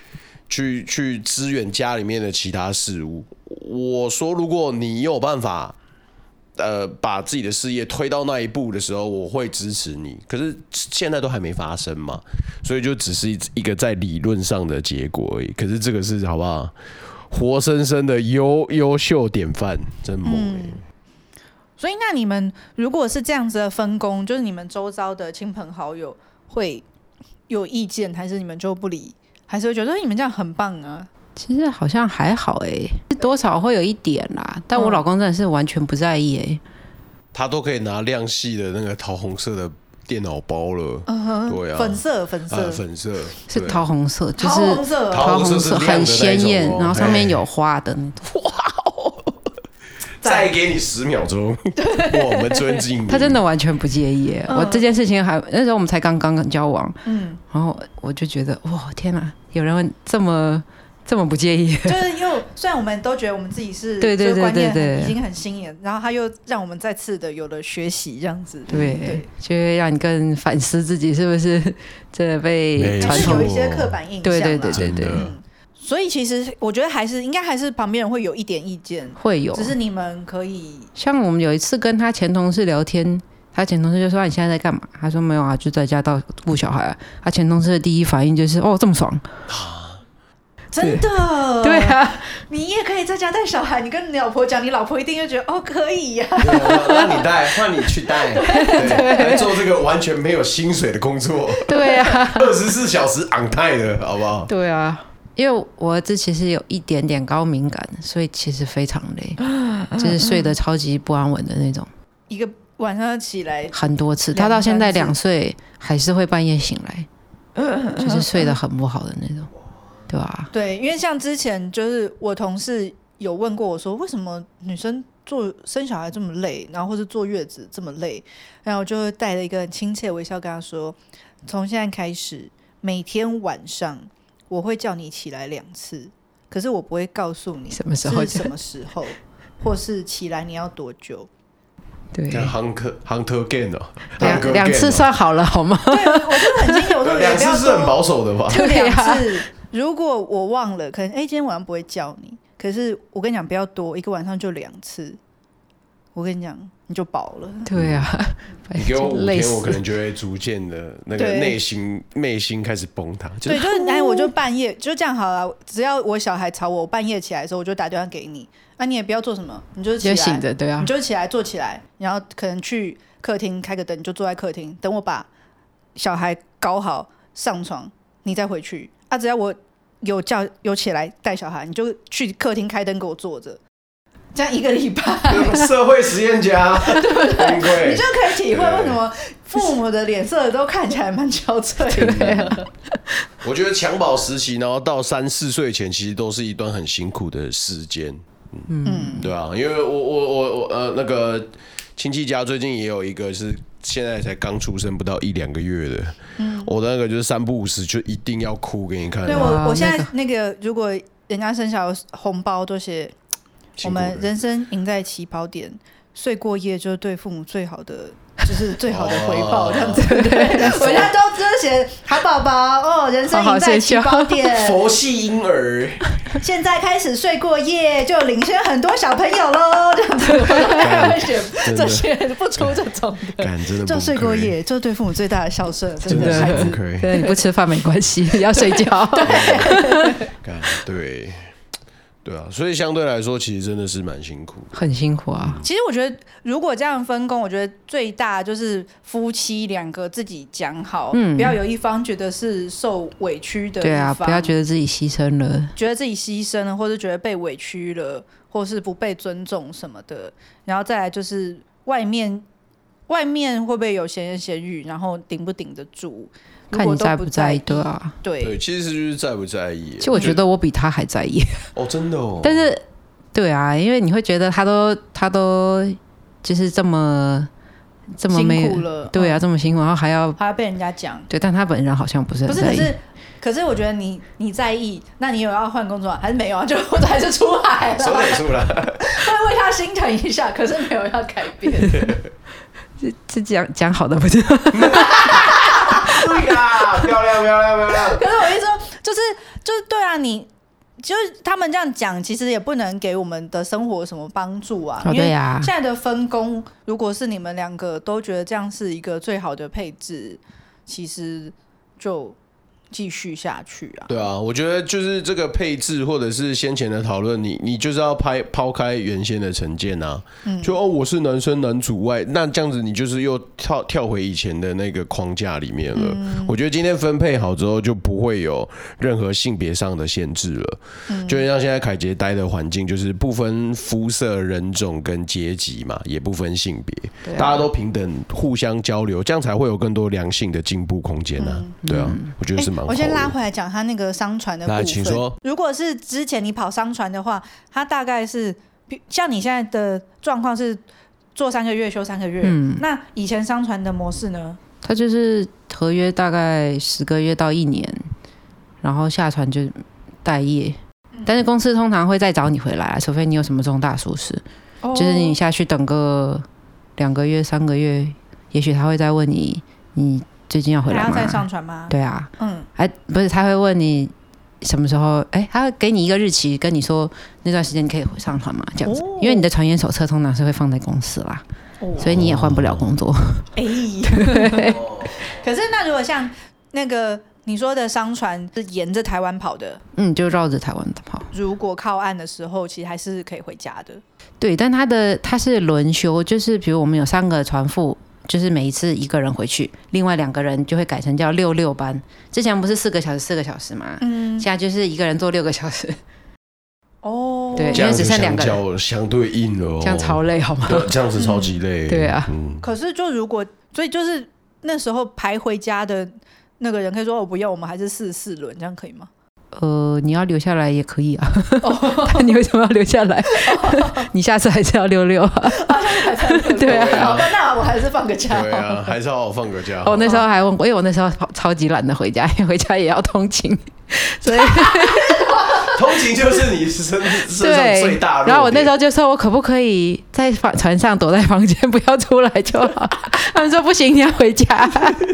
去去支援家里面的其他事务。我说，如果你有办法，呃，把自己的事业推到那一步的时候，我会支持你。可是现在都还没发生嘛，所以就只是一个在理论上的结果而已。可是这个是好不好？活生生的优优秀典范，真猛欸。嗯， 所以，那你们如果是这样子的分工，就是你们周遭的亲朋好友会有意见，还是你们就不理，还是会觉得你们这样很棒啊？ 其实好像还好哎、欸，多少会有一点啦。但我老公真的是完全不在意哎、欸， 他都可以拿亮系的那个桃红色的电脑包了，嗯、对啊， 粉色粉色、呃、 粉色是桃红色，就是桃红色， 桃红色很鲜艳，然后上面有花的那种。 哇！再给你十秒钟，我们尊敬你。 他真的完全不介意耶、嗯。我这件事情还那时候我们才刚刚交往，嗯，然后我就觉得哇天哪，有人会这么这么不介意， 就是又虽然我们都觉得我们自己是对对对对对， 已经很新颖，然后他又让我们再次的有了学习这样子， 对，对就会让你更反思自己是不是真的被传统有一些刻板印象， 对对对对对。 所以其实我觉得还是应该还是旁边人会有一点意见， 会有， 只是你们可以像我们有一次跟他前同事聊天，他前同事就说、啊、你现在在干嘛？他说没有啊，就在家照顾小孩、啊。他前同事的第一反应就是哦这么爽， 真的对啊， 你也可以在家带小孩，你跟你老婆讲，你老婆一定就觉得哦可以呀、啊， 让你带，换你去带，对，做这个完全没有薪水的工作， 对啊， 二十四小时 on time 的好不好？ 对啊。因为我儿子其实有一点点高敏感，所以其实非常累，就是睡得超级不安稳的那种。 一个晚上起来很多次，他到现在两岁还是会半夜醒来，就是睡得很不好的那种，对吧、啊？ 对，因为像之前就是我同事有问过我说，为什么女生做生小孩这么累，然后或是坐月子这么累，然后我就会带着一个很亲切的微笑跟他说，从现在开始，每天晚上。我会叫你起来两次，可是我不会告诉你什么时候是什么时候，或是起来你要多久。 对 ，Hunter Hunter Gain 哦， 两两次算好了好吗？ 对，我就很惊讶，我说两次是很保守的吧？ 就两次，如果我忘了，可能哎、欸、今天晚上不会叫你，可是我跟你讲不要多，一个晚上就两次。我跟你讲，你就饱了。 对啊， 你给我五天，我可能就会逐渐的那个内心内心开始崩塌。 对，就是哎，我就半夜就这样好了。只要我小孩吵我，我半夜起来的时候，我就打电话给你。啊，你也不要做什么，你就是起来， 就醒着，对啊， 你就起来坐起来，然后可能去客厅开个灯，你就坐在客厅，等我把小孩搞好上床，你再回去。啊，只要我有叫有起来带小孩，你就去客厅开灯给我坐着。这样一个礼拜， 社会实验家， 你就可以体会为什么父母的脸色都看起来蛮憔悴的。 我觉得襁褓时期，然后到三四岁前，其实都是一段很辛苦的时间。嗯，对啊，因为我我我我呃那个亲戚家最近也有一个是现在才刚出生不到一两个月的，嗯，我的那个就是三不五时就一定要哭给你看。 对我我现在那个如果人家生小红包都写。我们人生赢在起跑点，睡过夜就是对父母最好的，就是最好的回报，这样子。对对，我现在都都写好宝宝哦，人生赢在起跑点， 佛系婴儿， 现在开始睡过夜就领先很多小朋友喽，这样子。我会写这些不出这种的， 真的就睡过夜，就对父母最大的孝顺，真的孩子。 对，你不吃饭没关系，要睡觉。 对。对啊，所以相对来说，其实真的是蛮辛苦的， 很辛苦啊。 其实我觉得，如果这样分工，我觉得最大就是夫妻两个自己讲好，嗯，不要有一方觉得是受委屈的一方， 对啊，不要觉得自己牺牲了， 觉得自己牺牲了，或者觉得被委屈了，或是不被尊重什么的。然后再来就是外面，外面会不会有闲言闲语，然后顶不顶得住？ 看你在不在意，对啊， 对对，其实就是在不在意。 其实我觉得我比他还在意哦，真的哦。 但是，对啊，因为你会觉得他都他都就是这么这么没辛苦了， 对啊，这么辛苦，然后还要还要被人家讲， 对，但他本人好像不是很在意。 不是，可是可是我觉得你你在意，那你有要换工作还是没有啊？就或者还是出海了， 说得出来， 会为他心疼一下，可是没有要改变。 这这讲讲好的不是？ 对呀，漂亮漂亮漂亮。 可是我一说，就是就是对啊，你就是他们这样讲，其实也不能给我们的生活什么帮助啊。 哦，对啊， 因为现在的分工，如果是你们两个都觉得这样是一个最好的配置，其实就继续下去啊。 对啊，我觉得就是这个配置，或者是先前的讨论，你你就是要拍抛开原先的成见啊，嗯、就哦我是男生男主外，那这样子你就是又跳跳回以前的那个框架里面了。嗯、我觉得今天分配好之后，就不会有任何性别上的限制了。嗯、就像现在凯杰待的环境，就是不分肤色、人种跟阶级嘛，也不分性别，啊、大家都平等，互相交流，这样才会有更多良性的进步空间啊。嗯、对啊，嗯、我觉得是蛮。 我先拉回来讲他那个商船的部分。 请说。 如果是之前你跑商船的话，他大概是像你现在的状况是做三个月休三个月，嗯、那以前商船的模式呢？ 他就是合约大概十个月到一年，然后下船就待业，嗯、但是公司通常会再找你回来，除非你有什么重大疏失，哦、就是你下去等个两个月、三个月，也许他会再问你你。最近要回来吗？ 还要再上船吗？ 对啊，嗯，哎，不是，他会问你什么时候？哎，他会给你一个日期，跟你说那段时间你可以上船嘛，这样子。哦、因为你的船员手册通常是会放在公司啦，哦、所以你也换不了工作。哎、 对。可是那如果像那个你说的商船是沿着台湾跑的， 嗯，就绕着台湾跑。 如果靠岸的时候，其实还是可以回家的。 对，但他的他是轮休，就是比如我们有三个船副。就是每一次一个人回去，另外两个人就会改成叫六六班。之前不是四个小时四个小时吗？嗯，现在就是一个人做六个小时。 哦， 对，因为只剩两个人， 相对硬了、哦， 这样超累好吗？ 这样子超级累。 嗯、对啊、 嗯，可是就如果，所以就是那时候排回家的那个人可以说我不要，我们还是四四轮，这样可以吗？ 呃，你要留下来也可以啊，但你为什么要留下来？你下次还是要溜溜啊？ 对啊，那我还是放个假。 对啊，还是好好放个假。 我那时候还问过，因为我那时候超级懒得回家，因为回家也要通勤，所以通勤就是你身身上最大的。 然后我那时候就说，我可不可以在船上躲在房间，不要出来就好？他们说不行，你要回家。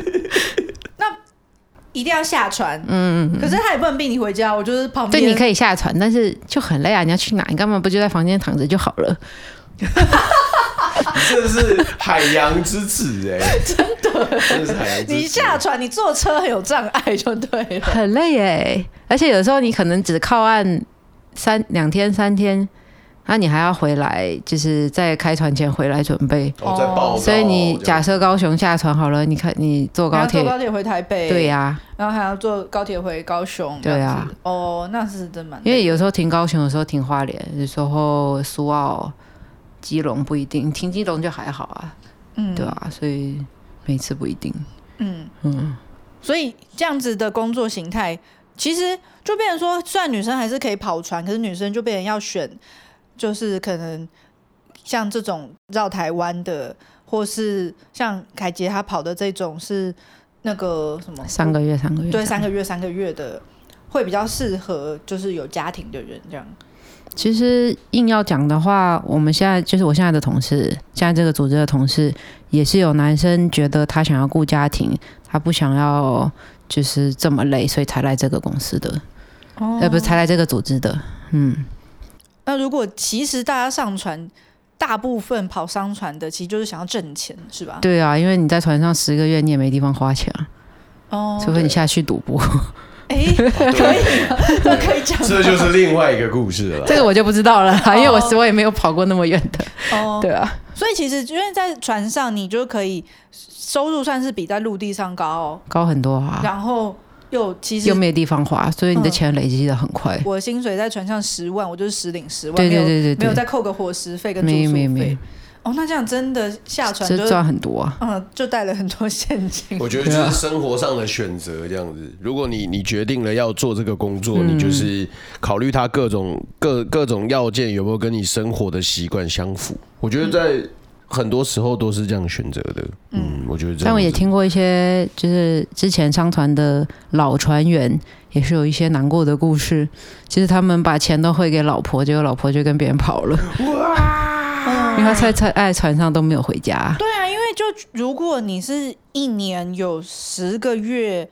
一定要下船，嗯，可是他也不能逼你回家，我就是旁边。 对，你可以下船，但是就很累啊！你要去哪？你干嘛不就在房间躺着就好了？ 你真的是海洋之子哎、欸， 真的，真的是海洋之子。你下船，你坐车很有障碍就对了， 很累哎、欸，而且有时候你可能只靠岸三两天三天。那你还要回来，就是在开船前回来准备。 哦，在报告。 所以你假设高雄下船好了，你看你坐高铁， 坐高铁回台北。 对呀、啊。 然后还要坐高铁回高雄。 对啊。 哦，那是真蛮。 因为有时候停高雄，有时候停花莲，有时候苏澳、基隆不一定，停基隆就还好啊。嗯。对啊，所以每次不一定。嗯嗯。所以这样子的工作形态，其实就变成说，虽然女生还是可以跑船，可是女生就变成要选。就是可能像这种绕台湾的，或是像凯杰他跑的这种是那个什么三个月三个月对三个月三个月的，会比较适合就是有家庭的人这样。 其实硬要讲的话，我们现在就是我现在的同事，现在这个组织的同事也是有男生觉得他想要顾家庭，他不想要就是这么累，所以才来这个公司的，哦、呃不是才来这个组织的，嗯。 那如果其实大家上船，大部分跑商船的其实就是想要挣钱，是吧？ 对啊，因为你在船上十个月，你也没地方花钱啊，哦，除非你下去赌博。 哎、欸，可以啊，这可以讲。 这就是另外一个故事了。 这个我就不知道了，因为我我也没有跑过那么远的。哦，对啊。 所以其实因为在船上，你就可以收入算是比在陆地上高、哦， 高很多啊。 然后。又其实又没地方花，所以你的钱累积的很快。 嗯、我的薪水在船上十万，我就是实领十万， 对对对 对, 对， 没有再扣个伙食费跟住宿费。哦，那这样真的下船就赚很多啊， 嗯，就带了很多现金。 我觉得就是生活上的选择这样子。如果你你决定了要做这个工作，嗯、你就是考虑它各种各各种要件有没有跟你生活的习惯相符。我觉得在、嗯。很多时候都是这样选择的，嗯，我觉得这样。 但我也听过一些，就是之前商船的老船员，也是有一些难过的故事。其实他们把钱都汇给老婆，结果老婆就跟别人跑了，哇！因为他在在船上都没有回家。 对啊，因为就如果你是一年有十个月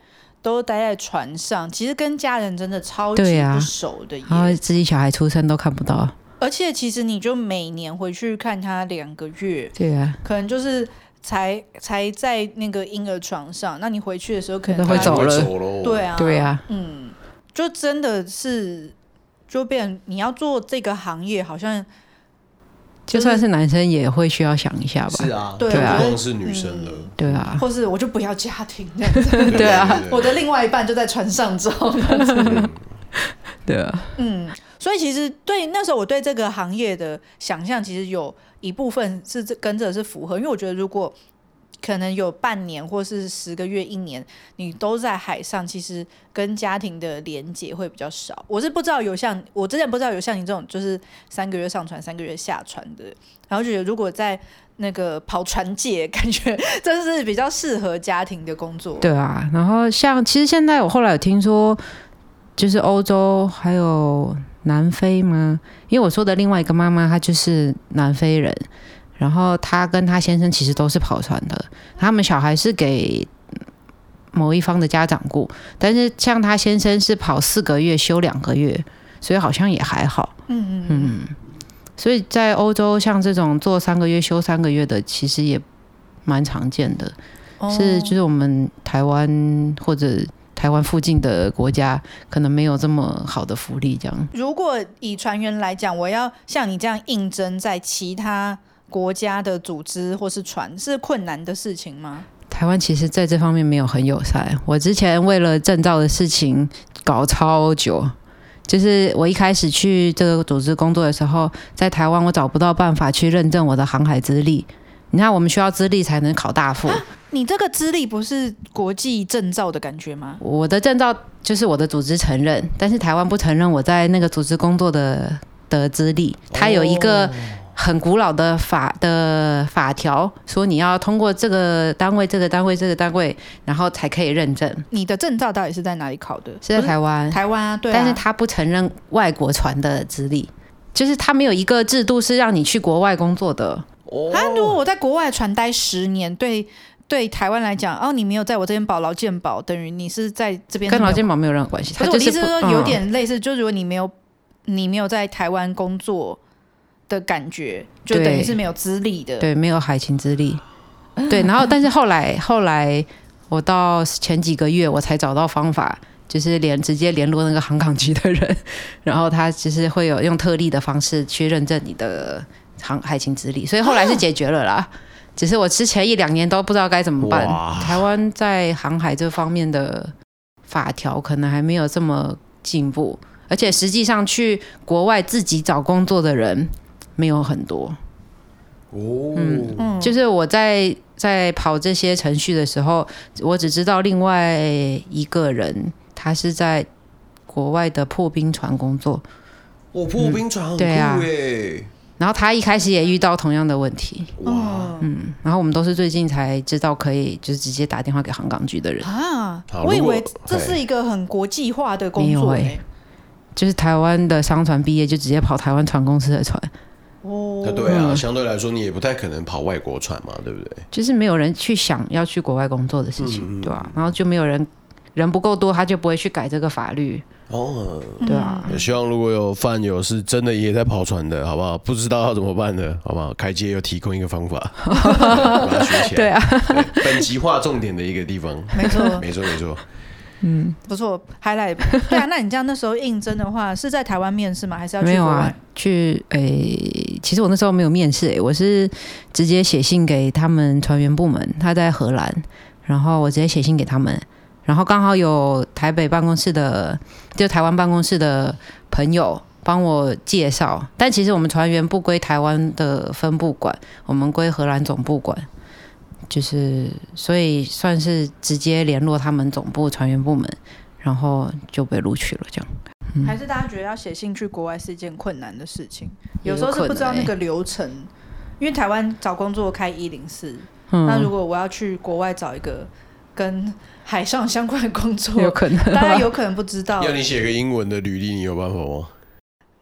都待在船上，其实跟家人真的超级不熟的耶， 然后自己小孩出生都看不到。 而且其实你就每年回去看他两个月， 对啊， 可能就是才才在那个婴儿床上，那你回去的时候可能会走了， 对啊， 对啊， 嗯，就真的是就变你要做这个行业，好像、就是、 就算是男生也会需要想一下吧。 是啊， 对啊，不光是女生了、嗯， 对啊， 或是我就不要家庭这样子， 对啊， 我的另外一半就在船上之后， 对啊， 嗯。所以其实对那时候我对这个行业的想象，其实有一部分是跟这是符合，因为我觉得如果可能有半年或是十个月、一年，你都在海上，其实跟家庭的连结会比较少。我是不知道有像我之前不知道有像你这种，就是三个月上船、三个月下船的，然后觉得如果在那个跑船界，感觉这是比较适合家庭的工作。 对啊，然后像其实现在我后来有听说，就是欧洲还有南非吗？因为我说的另外一个妈妈，她就是南非人，然后她跟她先生其实都是跑船的，他们小孩是给某一方的家长顾，但是像她先生是跑四个月休两个月，所以好像也还好。嗯嗯嗯。所以在欧洲，像这种做三个月休三个月的，其实也蛮常见的，哦、是就是我们台湾或者台湾附近的国家可能没有这么好的福利这样。 如果以船员来讲，我要像你这样应征在其他国家的组织或是船，是困难的事情吗？ 台湾其实在这方面没有很友善，我之前为了证照的事情搞超久，就是我一开始去这个组织工作的时候，在台湾我找不到办法去认证我的航海资历。你看我们需要资历才能考大副， 你这个资历不是国际证照的感觉吗？ 我的证照就是我的组织承认，但是台湾不承认我在那个组织工作的的资历。它有一个很古老的法的法条，说你要通过这个单位、这个单位、这个单位，然后才可以认证。 你的证照到底是在哪里考的？ 是在台湾， 台湾啊，对啊。 但是他不承认外国船的资历，就是他没有一个制度是让你去国外工作的。 啊，如果我在国外船待十年，对对台湾来讲，哦，你没有在我这边保劳健保，等于你是在这边跟劳健保没有任何关系。 可是我的意思是说，有点类似，嗯、就如果你没有你没有在台湾工作的感觉，就等于是没有资历的， 对，没有海勤资历。对，然后但是后来后来我到前几个月我才找到方法。就是连直接联络那个航港局的人，然后他其实会有用特例的方式去认证你的航海勤资历，所以后来是解决了啦。啊、只是我之前一两年都不知道该怎么办。台湾在航海这方面的法条可能还没有这么进步，而且实际上去国外自己找工作的人没有很多。哦，嗯，就是我在在跑这些程序的时候，我只知道另外一个人。他是在国外的破冰船工作， 哦，破冰船很酷耶、嗯啊。 然后他一开始也遇到同样的问题，哇，嗯，然后我们都是最近才知道可以就是直接打电话给航港局的人啊。我以为这是一个很国际化的工作、欸， 就是台湾的商船毕业就直接跑台湾船公司的船。 哦，对啊、嗯，相对来说你也不太可能跑外国船嘛，对不对？ 就是没有人去想要去国外工作的事情，嗯、对吧、啊？然后就没有人。人不够多，他就不会去改这个法律。哦，对啊。 也希望如果有饭友是真的也在跑船的，好不好？不知道要怎么办的，好不好？开街又提供一个方法，把它学起来。 对啊， 对，本集划重点的一个地方。 没错， 没错，没错。 嗯，不错 ，highlight。对啊，那你这样那时候应征的话，是在台湾面试吗？还是要去国外？ 没有啊，去诶，其实我那时候没有面试，诶，我是直接写信给他们船员部门，他在荷兰，然后我直接写信给他们。然后刚好有台北办公室的，就台湾办公室的朋友帮我介绍，但其实我们船员不归台湾的分部管，我们归荷兰总部管，就是所以算是直接联络他们总部船员部门，然后就被录取了这样。 嗯、还是大家觉得要写信去国外是一件困难的事情，有时候是不知道那个流程，因为台湾找工作开一零四，那如果我要去国外找一个跟海上相关的工作， 有可能， 大家有可能不知道。 要你写个英文的履历，你有办法吗？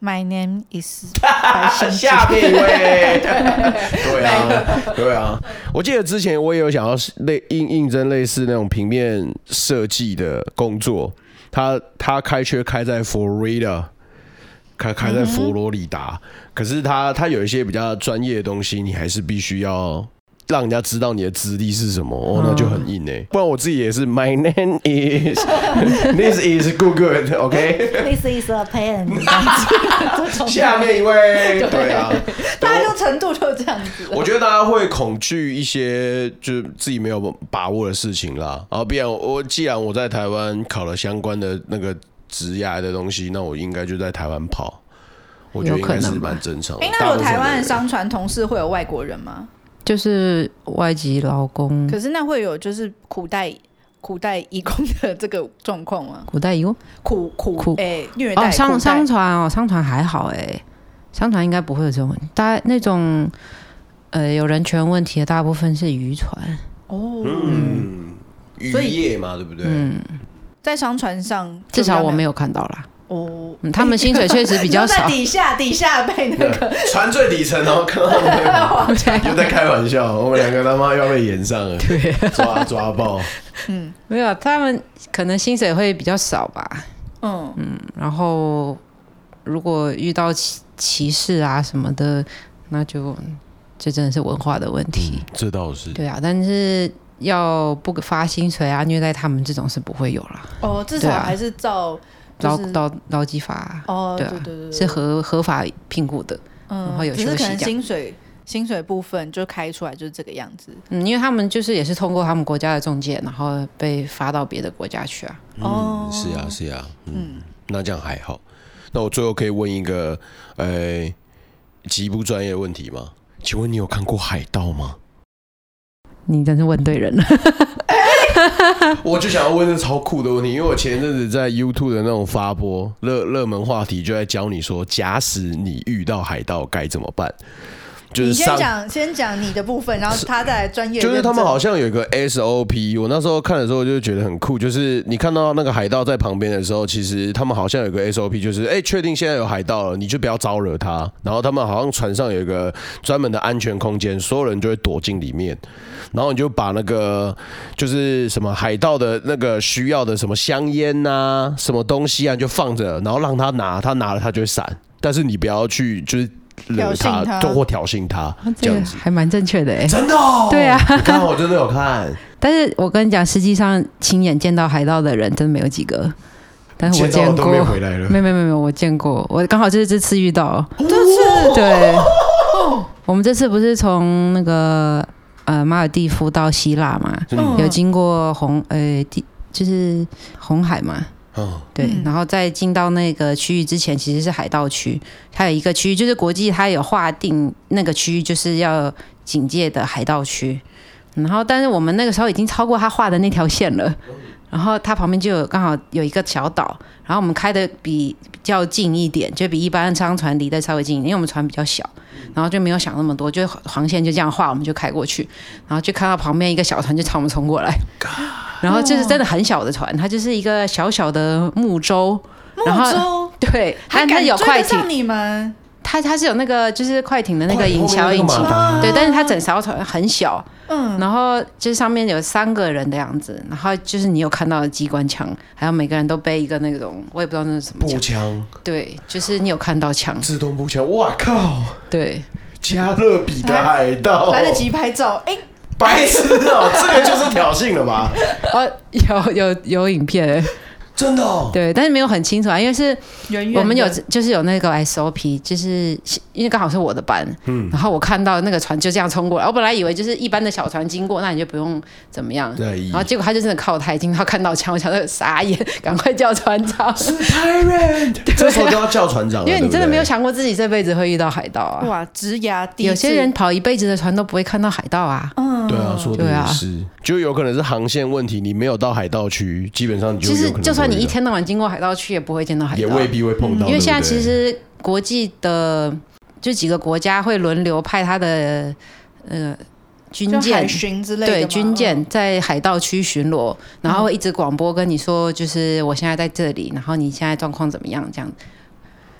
My name is 白先居。 下面一位，对啊，对啊。我记得之前我也有想要类应应征类似那种平面设计的工作，他他开缺开在 Florida， 开开在佛罗里达，嗯、可是他他有一些比较专业的东西，你还是必须要让人家知道你的资历是什么，哦，那就很硬哎、欸。不然我自己也是 ，My name is this is good good，OK？This is a pen 。 下面一位，对啊， 大家就程度就这样子。 我觉得大家会恐惧一些就是自己没有把握的事情啦。然后，必然我既然我在台湾考了相关的那个职涯的东西，那我应该就在台湾跑。我觉得应该是蛮正常的。 哎、欸，那有台湾的商船同事会有外国人吗？ 就是外籍劳工， 可是那会有就是苦代苦代移工的这个状况吗？ 苦代移工， 苦苦苦哎、欸、虐待哦， 商商船哦，商船还好哎、欸，商船应该不会有这种问题。大概那种呃有人权问题的大部分是渔船哦， 嗯，渔业嘛，对不对？嗯， 在商船上至少我没有看到啦。 哦、 嗯，他们薪水确实比较少。 在底下底下被那个船最底层，然后看到我们又在开玩笑，我们两个他妈要被演上了，对，抓抓爆。 嗯，没有，他们可能薪水会比较少吧。嗯嗯，然后如果遇到歧视啊什么的，那就这真的是文化的问题。 嗯、这倒是。 对啊，但是要不发薪水啊，虐待他们这种是不会有啦。 哦，至少还是照。 劳劳劳基法哦， 对、啊、 对对 对, 对， 是合合法聘雇的，嗯，然后有休息， 只是可能薪水薪水部分就开出来就是这个样子， 嗯，因为他们就是也是通过他们国家的中介，然后被发到别的国家去啊， 哦、嗯，是啊是啊，嗯，嗯那这样还好。那我最后可以问一个呃极不专业的问题吗？请问你有看过海盗吗？ 你真是问对人了。 我就想要问这超酷的问题，因为我前一阵子在 YouTube 的那种发播热热门话题，就在教你说，假使你遇到海盗该怎么办。就是、 你先讲先讲你的部分，然后他再来专业。 就是他们好像有一个 S O P， 我那时候看的时候就觉得很酷。就是你看到那个海盗在旁边的时候，其实他们好像有一个 S O P， 就是哎，确定现在有海盗了，你就不要招惹他。然后他们好像船上有一个专门的安全空间，所有人就会躲进里面。然后你就把那个就是什么海盗的那个需要的什么香烟啊，什么东西啊，就放着，然后让他拿，他拿了他就会闪，但是你不要去就是惹他，都或挑衅他，这样子还蛮正确的哎， 真的、哦， 对啊， 你看我真的有看， 但是我跟你讲，实际上亲眼见到海盗的人真的没有几个。但是我见过， 都没回来了。 没有没有没有，我见过，我刚好就是这次遇到。 这次对，我们这次不是从那个呃马尔地夫到希腊嘛，嗯、有经过红呃地就是红海嘛。哦、对，然后在进到那个区域之前，其实是海盗区，它有一个区域，就是国际它有划定那个区域就是要警戒的海盗区。然后，但是我们那个时候已经超过他画的那条线了。然后它旁边就有刚好有一个小岛，然后我们开的比比较近一点，就比一般商船离得稍微近一点，因为我们船比较小，然后就没有想那么多，就航线就这样画，我们就开过去，然后就看到旁边一个小船就朝我们冲过来，然后就是真的很小的船，它就是一个小小的木舟，然后对， 还它有快艇， 你们。 它它是有那个就是快艇的那个引桥引擎，对，但是它整艘船很小，嗯，然后就是上面有三个人的样子，然后就是你有看到的机关枪，还有每个人都背一个那种，我也不知道那是什么步枪， 对，就是你有看到枪， 自动步枪，哇靠， 对， 加勒比的海盗， 来得及拍照，哎、欸， 白痴哦，这个就是挑衅了吧？ 哦，有有有影片。 真的、哦、 对，但是没有很清楚啊，因为是远远我们有就是有那个 S O P， 就是因为刚好是我的班，嗯，然后我看到那个船就这样冲过来，我本来以为就是一般的小船经过，那你就不用怎么样， 对， 然后结果他就真的靠太近，他看到枪，我想说傻眼，赶快叫船长， 是 Pirate， 这时候就要叫船长了， 因为你真的没有想过自己这辈子会遇到海盗啊， 哇，直牙第一次， 有些人跑一辈子的船都不会看到海盗啊， 嗯，对啊，说的也是，啊、就有可能是航线问题，你没有到海盗区，基本上你就有可能其实就算你一天到晚经过海盗区也不会见到海盗， 也未必会碰到、嗯， 因为现在其实国际的就几个国家会轮流派他的呃军舰、 海巡之类的， 对，军舰在海盗区巡逻，然后会一直广播跟你说，就是我现在在这里，然后你现在状况怎么样这样。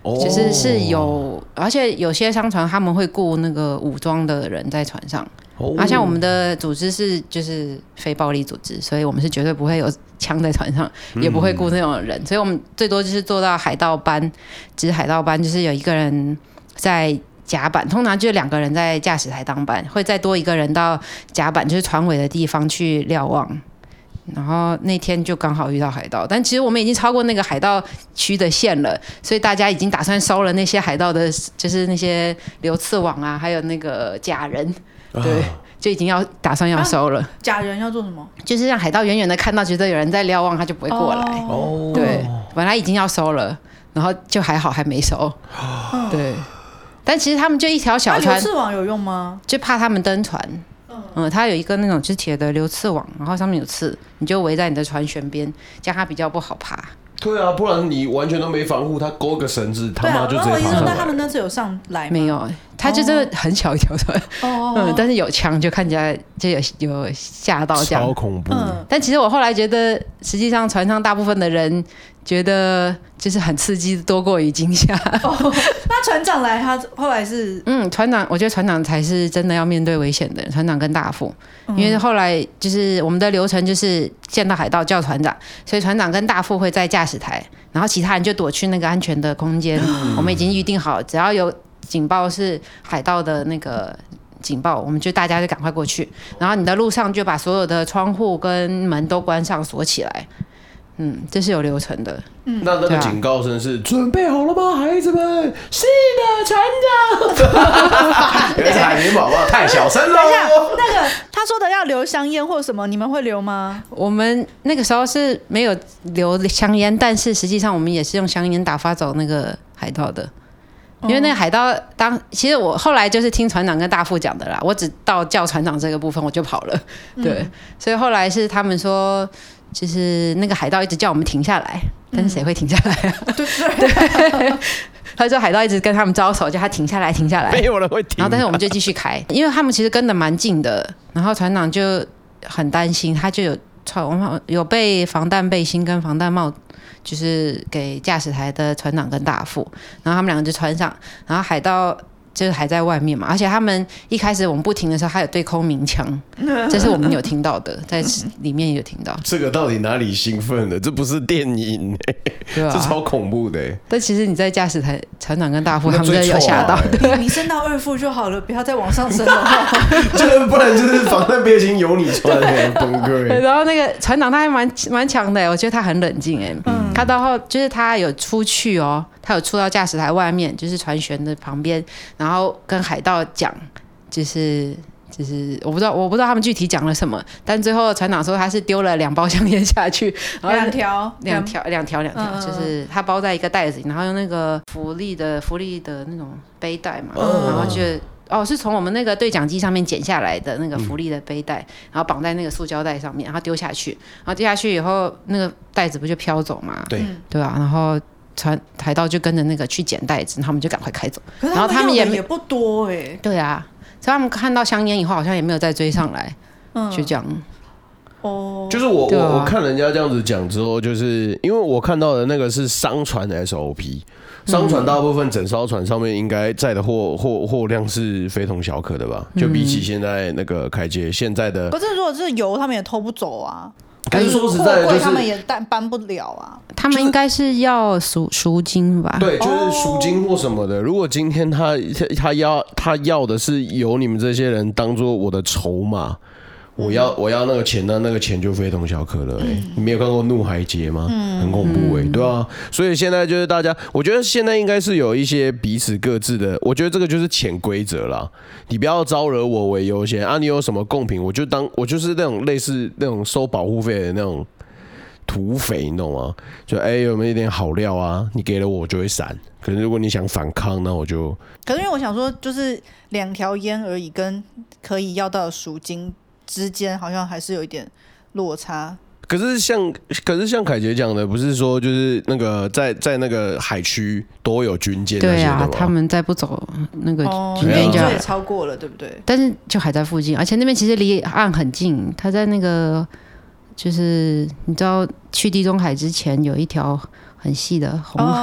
哦其实是有，而且有些商船他们会雇那个武装的人在船上。 哦啊，像我们的组织是就是非暴力组织，所以我们是绝对不会有枪在船上，也不会雇那种人，所以我们最多就是做到海盗班，只是海盗班就是有一个人在甲板，通常就是两个人在驾驶台当班，会再多一个人到甲板，就是船尾的地方去瞭望。然后那天就刚好遇到海盗，但其实我们已经超过那个海盗区的线了，所以大家已经打算收了那些海盗的，就是那些流刺网啊，还有那个假人。对，就已经要打算要收了。啊、 假人要做什么？ 就是让海盗远远的看到，觉得有人在瞭望，他就不会过来。哦，对，本来已经要收了，然后就还好还没收。哦、对，但其实他们就一条小船。 流刺网有用吗？ 就怕他们登船。嗯，它有一个那种就是铁的流刺网，然后上面有刺，你就围在你的船舷边，这样它比较不好爬。 对啊，不然你完全都没防护，它勾个绳子，他妈就直接爬上来。 那他们那次有上来吗？ 没有，它就真的很小一条船，哦、嗯，但是有枪，就看起来就有有吓到这样， 超恐怖。 嗯、但其实我后来觉得，实际上船上大部分的人觉得就是很刺激，多过于惊吓。 哦、那船长来，他后来是嗯，船长，我觉得船长才是真的要面对危险的人，船长跟大副，嗯、因为后来就是我们的流程就是见到海盗叫船长，所以船长跟大副会在驾驶台，然后其他人就躲去那个安全的空间。嗯、我们已经预定好，只要有警报是海盗的那个警报，我们就大家就赶快过去。然后你的路上就把所有的窗户跟门都关上锁起来。嗯，这是有流程的。 嗯，那那个警告声是、啊、准备好了吗，孩子们？是的，船长。原来海绵宝宝太小声了。 等一下，那个他说的要留香烟或什么，你们会留吗？ 我们那个时候是没有留香烟，但是实际上我们也是用香烟打发走那个海盗的。因为那个海盗当，其实我后来就是听船长跟大副讲的啦，我只到叫船长这个部分我就跑了，对，嗯、所以后来是他们说，就是那个海盗一直叫我们停下来，但是谁会停下来啊？嗯、对对对，他说海盗一直跟他们招手，叫他停下来，停下来， 没有人会停。 然后但是我们就继续开，因为他们其实跟得蛮近的，然后船长就很担心，他就有穿有被防弹背心跟防弹帽。就是给驾驶台的船长跟大副，然后他们两个就穿上，然后海盗就是还在外面嘛，而且他们一开始我们不停的时候，他有对空鸣枪，这是我们有听到的，在里面也有听到。 这个到底哪里兴奋的？这不是电影、欸，对吧？这超恐怖的、欸。 但其实你在驾驶台，船长跟大副他们真的有吓到。 欸、你升到二副就好了，不要再往上升了。 就是不然就是防弹背心有你穿，崩溃。 然后那个船长他还蛮蛮强的，我觉得他很冷静哎。嗯他到后就是他有出去哦，他有出到驾驶台外面，就是船舷的旁边，然后跟海盗讲，就是就是我不知道我不知道他们具体讲了什么，但最后船长说他是丢了两包香烟下去， 两条两条两条两条，嗯、就是他包在一个袋子里，然后用那个福利的福利的那种背带嘛，嗯、然后就。哦，是从我们那个对讲机上面剪下来的那个福利的背带，嗯、然后绑在那个塑胶袋上面，然后丢下去，然后丢下去以后，那个袋子不就飘走嘛？ 对， 对啊，然后船海盗就跟着那个去捡袋子，然后他们就赶快开走。 然后他们也也不多哎、欸。 对啊，所以他们看到香烟以后，好像也没有再追上来，嗯、就这样。 哦，就是我、啊、我我看人家这样子讲之后，就是因为我看到的那个是商船的 S O P。商船大部分整艘船上面应该载的货货货量是非同小可的吧？就比起现在那个凯捷现在的， 可是如果是油，他们也偷不走啊。 可是说实在的，就是他们也搬搬不了啊。 他们应该是要赎赎金吧？ 对，就是赎金或什么的。如果今天他他要他要的是由你们这些人当做我的筹码。我要我要那个钱呢，那个钱就非同小可了、欸嗯、你没有看过《怒海劫》吗？嗯、很恐怖哎、欸，对啊。所以现在就是大家，我觉得现在应该是有一些彼此各自的，我觉得这个就是潜规则啦。你不要招惹我为优先啊！你有什么贡品，我就当我就是那种类似那种收保护费的那种土匪，你懂吗？就哎、欸、有没有一点好料啊？你给了我，我就会闪。可是如果你想反抗，那我就…… 可是因为我想说，就是两条烟而已，跟可以要到的赎金。之间好像还是有一点落差。 可是像可是像凯杰讲的，不是说就是那个在在那个海区都有军舰那些的吗？ 对啊，他们再不走那个军舰就也超过了，对不对？ 但是就还在附近，而且那边其实离岸很近。他在那个就是你知道去地中海之前有一条很细的红海，哦、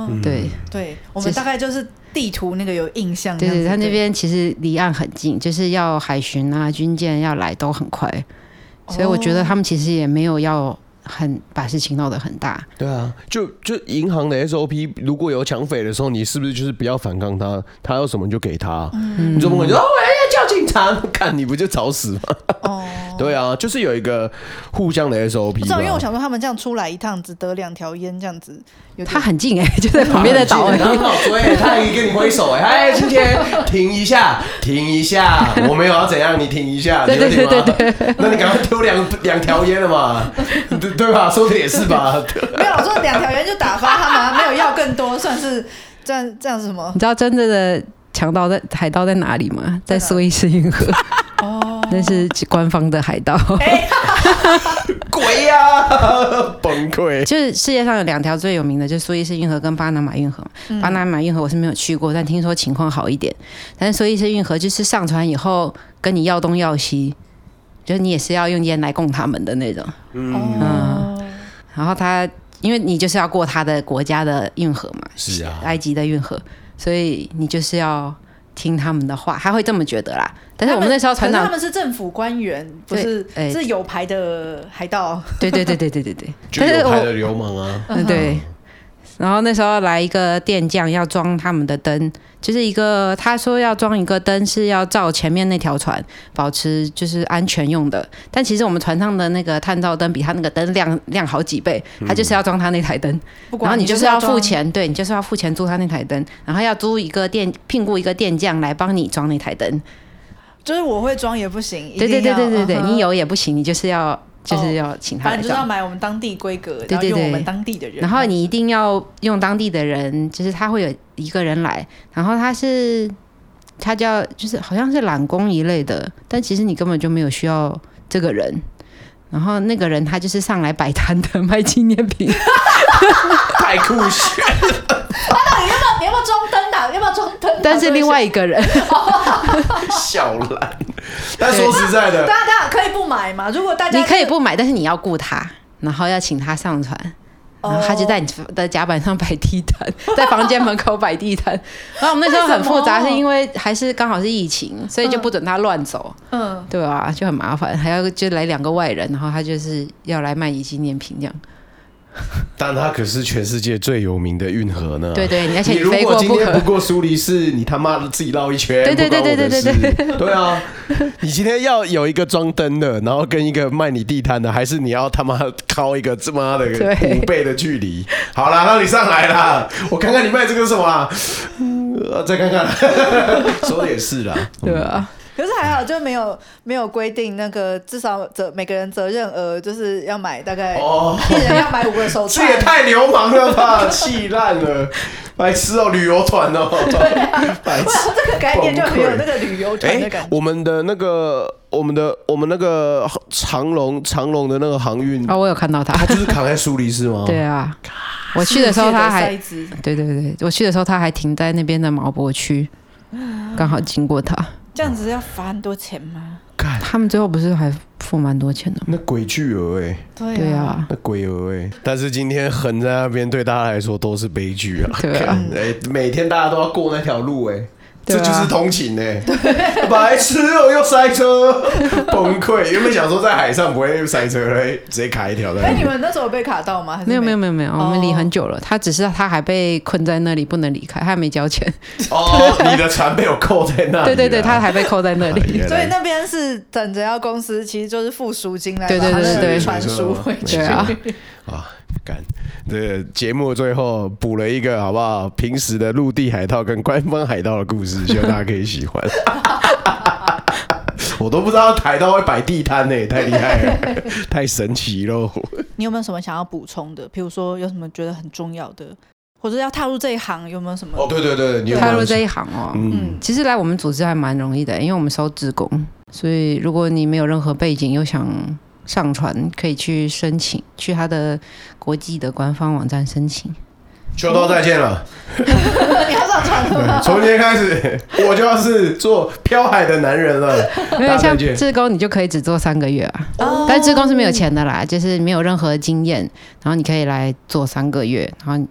哦， 对对，我们大概就是地图那个有印象。 对对，他那边其实离岸很近，就是要海巡啊、军舰要来都很快，所以我觉得他们其实也没有要很把事情闹得很大。 对啊，就就银行的 S O P， 如果有抢匪的时候，你是不是就是不要反抗他，他有什么就给他，嗯、你总不可能说哦，我要叫警察，看你不就找死吗？哦，对啊，就是有一个互相的 S O P。不知道， 因为我想说他们这样出来一趟只得两条烟，这样子他很近哎、欸，就在旁边的岛而已。 很好追，他还跟你挥手哎、欸，哎，今天停一下，停一下，我没有要怎样，你停一下， 对对对对对， 那你赶快丢两两条烟了嘛，对对吧？说的也是吧？ 没有，我说两条烟就打发他们，没有要更多，算是这样这样是什么？ 你知道真正的强盗在海盗在哪里吗？在苏伊士运河。哦，那是官方的海盗。欸鬼呀、啊，崩溃！ 就是世界上有两条最有名的，就是苏伊士运河跟巴拿马运河。嗯、巴拿马运河我是没有去过，但听说情况好一点。但是苏伊士运河就是上船以后跟你要东要西，就是你也是要用烟来供他们的那种。嗯，嗯然后他因为你就是要过他的国家的运河嘛， 是啊， 埃及的运河，所以你就是要听他们的话，他会这么觉得啦。但是我们那时候船长， 他们是政府官员，不是、欸、是有牌的海盗。 对对对对对对对， 就有牌的流氓啊。 嗯，对。然后那时候来一个电匠要装他们的灯，就是一个他说要装一个灯是要照前面那条船，保持就是安全用的。但其实我们船上的那个探照灯比他那个灯亮亮好几倍，他就是要装他那台灯。嗯、然后你就是要付钱，对你就是要付钱租他那台灯，然后要租一个电聘雇一个电匠来帮你装那台灯。 就是我会装也不行， 对对对对对对，你有也不行，你就是要。就是要请他来， 反正就是要买我们当地规格，然后用我们当地的人。 然后你一定要用当地的人，就是他会有一个人来，然后他是他叫就是好像是揽工一类的，但其实你根本就没有需要这个人。然后那个人他就是上来摆摊的，卖纪念品， 太酷炫了。 那你要不要你要不要装灯啊？要不要装灯？ 但是另外一个人， 小兰。但说实在的， 大家大家可以不买嘛？如果大家你可以不买，但是你要雇他，然后要请他上船，然后他就在你的甲板上摆地毯，在房间门口摆地毯。然后我们那时候很复杂，是因为还是刚好是疫情，所以就不准他乱走。嗯，对啊，就很麻烦，还要就来两个外人，然后他就是要来卖纪念品这样。 但它可是全世界最有名的运河呢。 对对，而且你如果今天不过苏黎世，你他妈的自己绕一圈， 对对对对对对对， 对啊！你今天要有一个装灯的，然后跟一个卖你地摊的，还是你要他妈靠一个这么的五倍的距离？好啦，让你上来啦，我看看你卖这个是什么啦，嗯、再看看，说的也是啦， 对啊。 可是还好，就没有没有规定那个至少责每个人责任额就是要买大概一人要买五个手串， 这也太流氓了吧，气烂了，白痴哦，旅游团哦， 对啊，白痴，这个概念就没有那个旅游团的感觉。 我们的那个我们的我们那个长龙长龙的那个航运哦，我有看到他， 他就是扛在苏黎世吗？ 对啊，我去的时候他还对对对，我去的时候他还停在那边的毛博区，刚好经过他。 这样子要罚很多钱吗？ 他们最后不是还付蛮多钱的吗？ 那鬼巨额哎， 对啊， 那鬼额哎。但是今天横在那边对大家来说都是悲剧啊！ 对啊， 哎，每天大家都要过那条路哎。这就是通勤哎、欸，白痴哦、喔，又塞车，崩溃。原本想说在海上不会塞车嘞，直接卡一条。 哎、欸，你们那时候有被卡到吗？ 没有没有没有没有，我们离很久了。他只是他还被困在那里不能离开，他还没交钱。 哦，你的船被我扣在那里。 对对对，他还被扣在那里。 所以那边是等着要公司，其实就是付赎金来把他的船赎回去。 对啊。 啊，干！这个节目最后补了一个好不好？平时的陆地海盗跟官方海盗的故事，希望大家可以喜欢。我都不知道海盗会摆地摊呢，太厉害了，太神奇喽！ 你有没有什么想要补充的？譬如说，有什么觉得很重要的，或者要踏入这一行，有没有什么？ 哦，对对对，你有踏入这一行哦，嗯，其实来我们组织还蛮容易的，因为我们收志工，所以如果你没有任何背景，又想上传可以去申请，去他的国际的官方网站申请。 秋刀再见了， 你要上传了吗？ 从今天开始，我就要是做漂海的男人了。 没有像志工，你就可以只做三个月啊，哦、但志工是没有钱的啦，就是没有任何经验，然后你可以来做三个月，然后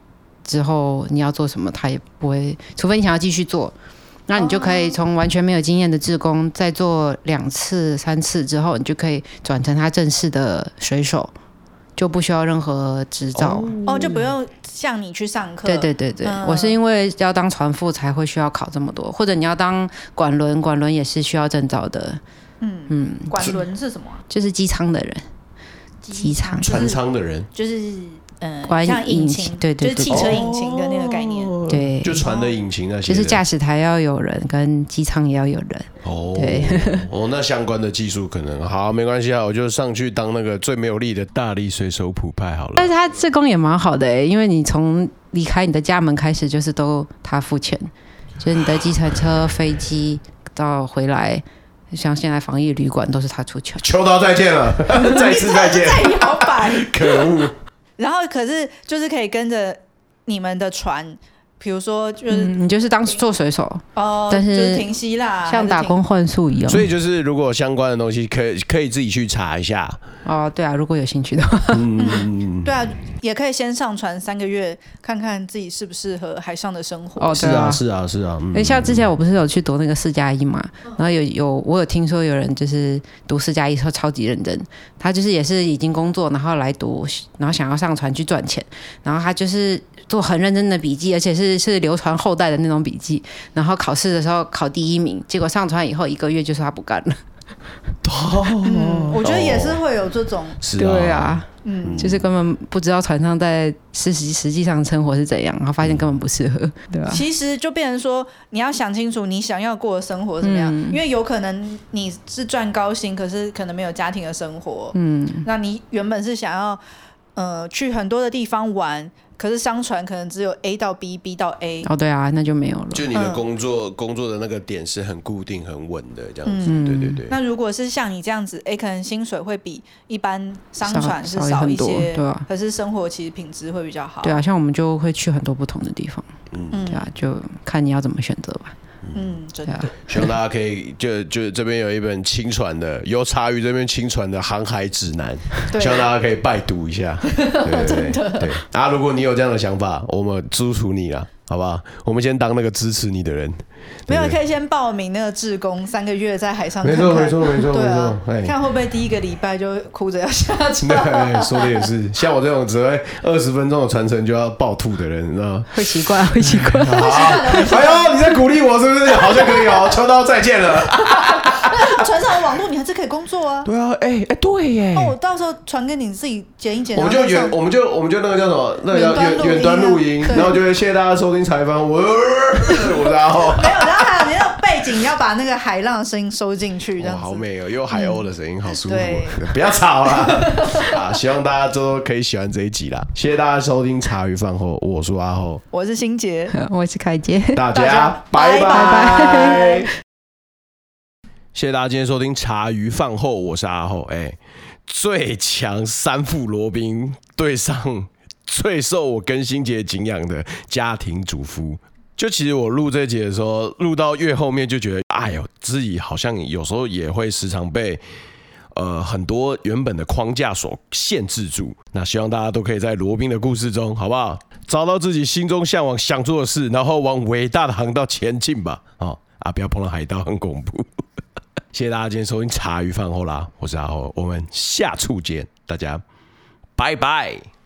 之后你要做什么，他也不会，除非你想要继续做，那你就可以从完全没有经验的志工，再做两次、三次之后，你就可以转成他正式的水手，就不需要任何执照。 哦，就不用像你去上课。 对对对对，嗯、我是因为要当船副才会需要考这么多，或者你要当管轮，管轮也是需要证照的。嗯嗯，管轮是什么、啊？ 就是机舱的人，机舱船舱的人， 就是呃， 关像引擎， 对对对， 就是汽车引擎的那个概念。 哦、对， 就船的引擎那些， 就是驾驶台要有人，跟机舱也要有人。 哦， 对， 哦，那相关的技术可能好，没关系啊，我就上去当那个最没有力的大力水手普派好了。 但是他志工也蛮好的哎、欸，因为你从离开你的家门开始，就是都他付钱，就是你的计程车、飞机到回来。像现在防疫旅馆都是他出钱。 秋刀再见了，再次再见。 再摇摆， 可恶。 然后可是就是可以跟着你们的船，比如说就是、 嗯、你就是当做水手哦， 但是就是停息啦， 像打工换宿一样。 所以就是如果相关的东西可以可以自己去查一下。 哦，对啊，如果有兴趣的话， 嗯，对啊，也可以先上船三个月，看看自己适不适合海上的生活。 哦， 是啊，是啊，是啊。 嗯、像之前我不是有去读那个四加一嘛，然后有有我有听说有人就是读四加一时候超级认真，他就是也是已经工作，然后来读，然后想要上船去赚钱，然后他就是做很认真的笔记，而且是是流传后代的那种笔记，然后考试的时候考第一名，结果上船以后一个月就说他不干了。 嗯，我觉得也是会有这种， 是啊， 对啊，嗯，就是根本不知道船上在实际实际上生活是怎样，然后发现根本不适合，对吧、啊？ 其实就变成说，你要想清楚你想要过的生活是怎么样、嗯，因为有可能你是赚高薪，可是可能没有家庭的生活，嗯，那你原本是想要呃去很多的地方玩。可是商船可能只有 A 到 B，B 到 A。 哦，对啊，那就没有了。 就你的工作、嗯、工作的那个点是很固定、很稳的这样子、嗯，对对对。 那如果是像你这样子，哎，可能薪水会比一般商船是少一些， 对啊。 可是生活其实品质会比较好。 对啊，像我们就会去很多不同的地方，嗯，对啊，就看你要怎么选择吧。 嗯，真的、啊。 希望大家可以就就这边有一本轻船的，由茶余这边轻船的航海指南，希望大家可以拜读一下。对对对对。啊，如果你有这样的想法，我们支持你啦，好不好？我们先当那个支持你的人。 没有，可以先报名那个志工，三个月在海上看看。没错没错没错对啊， 没错。 看会不会第一个礼拜就哭着要下船。 对，说的也是。像我这种只会二十分钟的传承就要爆吐的人，你知道吗？ 会习惯，会习惯。 好，哎呦，你在鼓励我是不是？好像可以哦。秋刀再见了。 船上的网络你还是可以工作啊。 对啊，哎、欸、哎、欸，对耶。 哦，我到时候传给你自己剪一剪。 我们就远，我们就我们就那个叫什么？那个叫远远端录音。然后就会谢谢大家收听采访。我我然后没有，然后还有你那个背景要把那个海浪的声音收进去，这样子。 好美哦，有海鸥的声音，好舒服。不要吵啦！啊，希望大家都可以喜欢这一集啦。谢谢大家收听茶余饭后，我是阿后， 我是欣杰， 我是凯杰， 大家拜拜。谢谢大家今天收听茶余饭后，我是阿后。哎、欸，最强三副罗宾对上最受我跟欣杰敬仰的家庭主妇。就其实我录这集的时候，录到越后面就觉得，哎呦，自己好像有时候也会时常被呃很多原本的框架所限制住。那希望大家都可以在罗宾的故事中，好不好？找到自己心中向往、想做的事，然后往伟大的航道前进吧。哦啊，不要碰到海盗，很恐怖。谢谢大家今天收听茶余饭后啦，我是阿后，我们下次见，大家拜拜。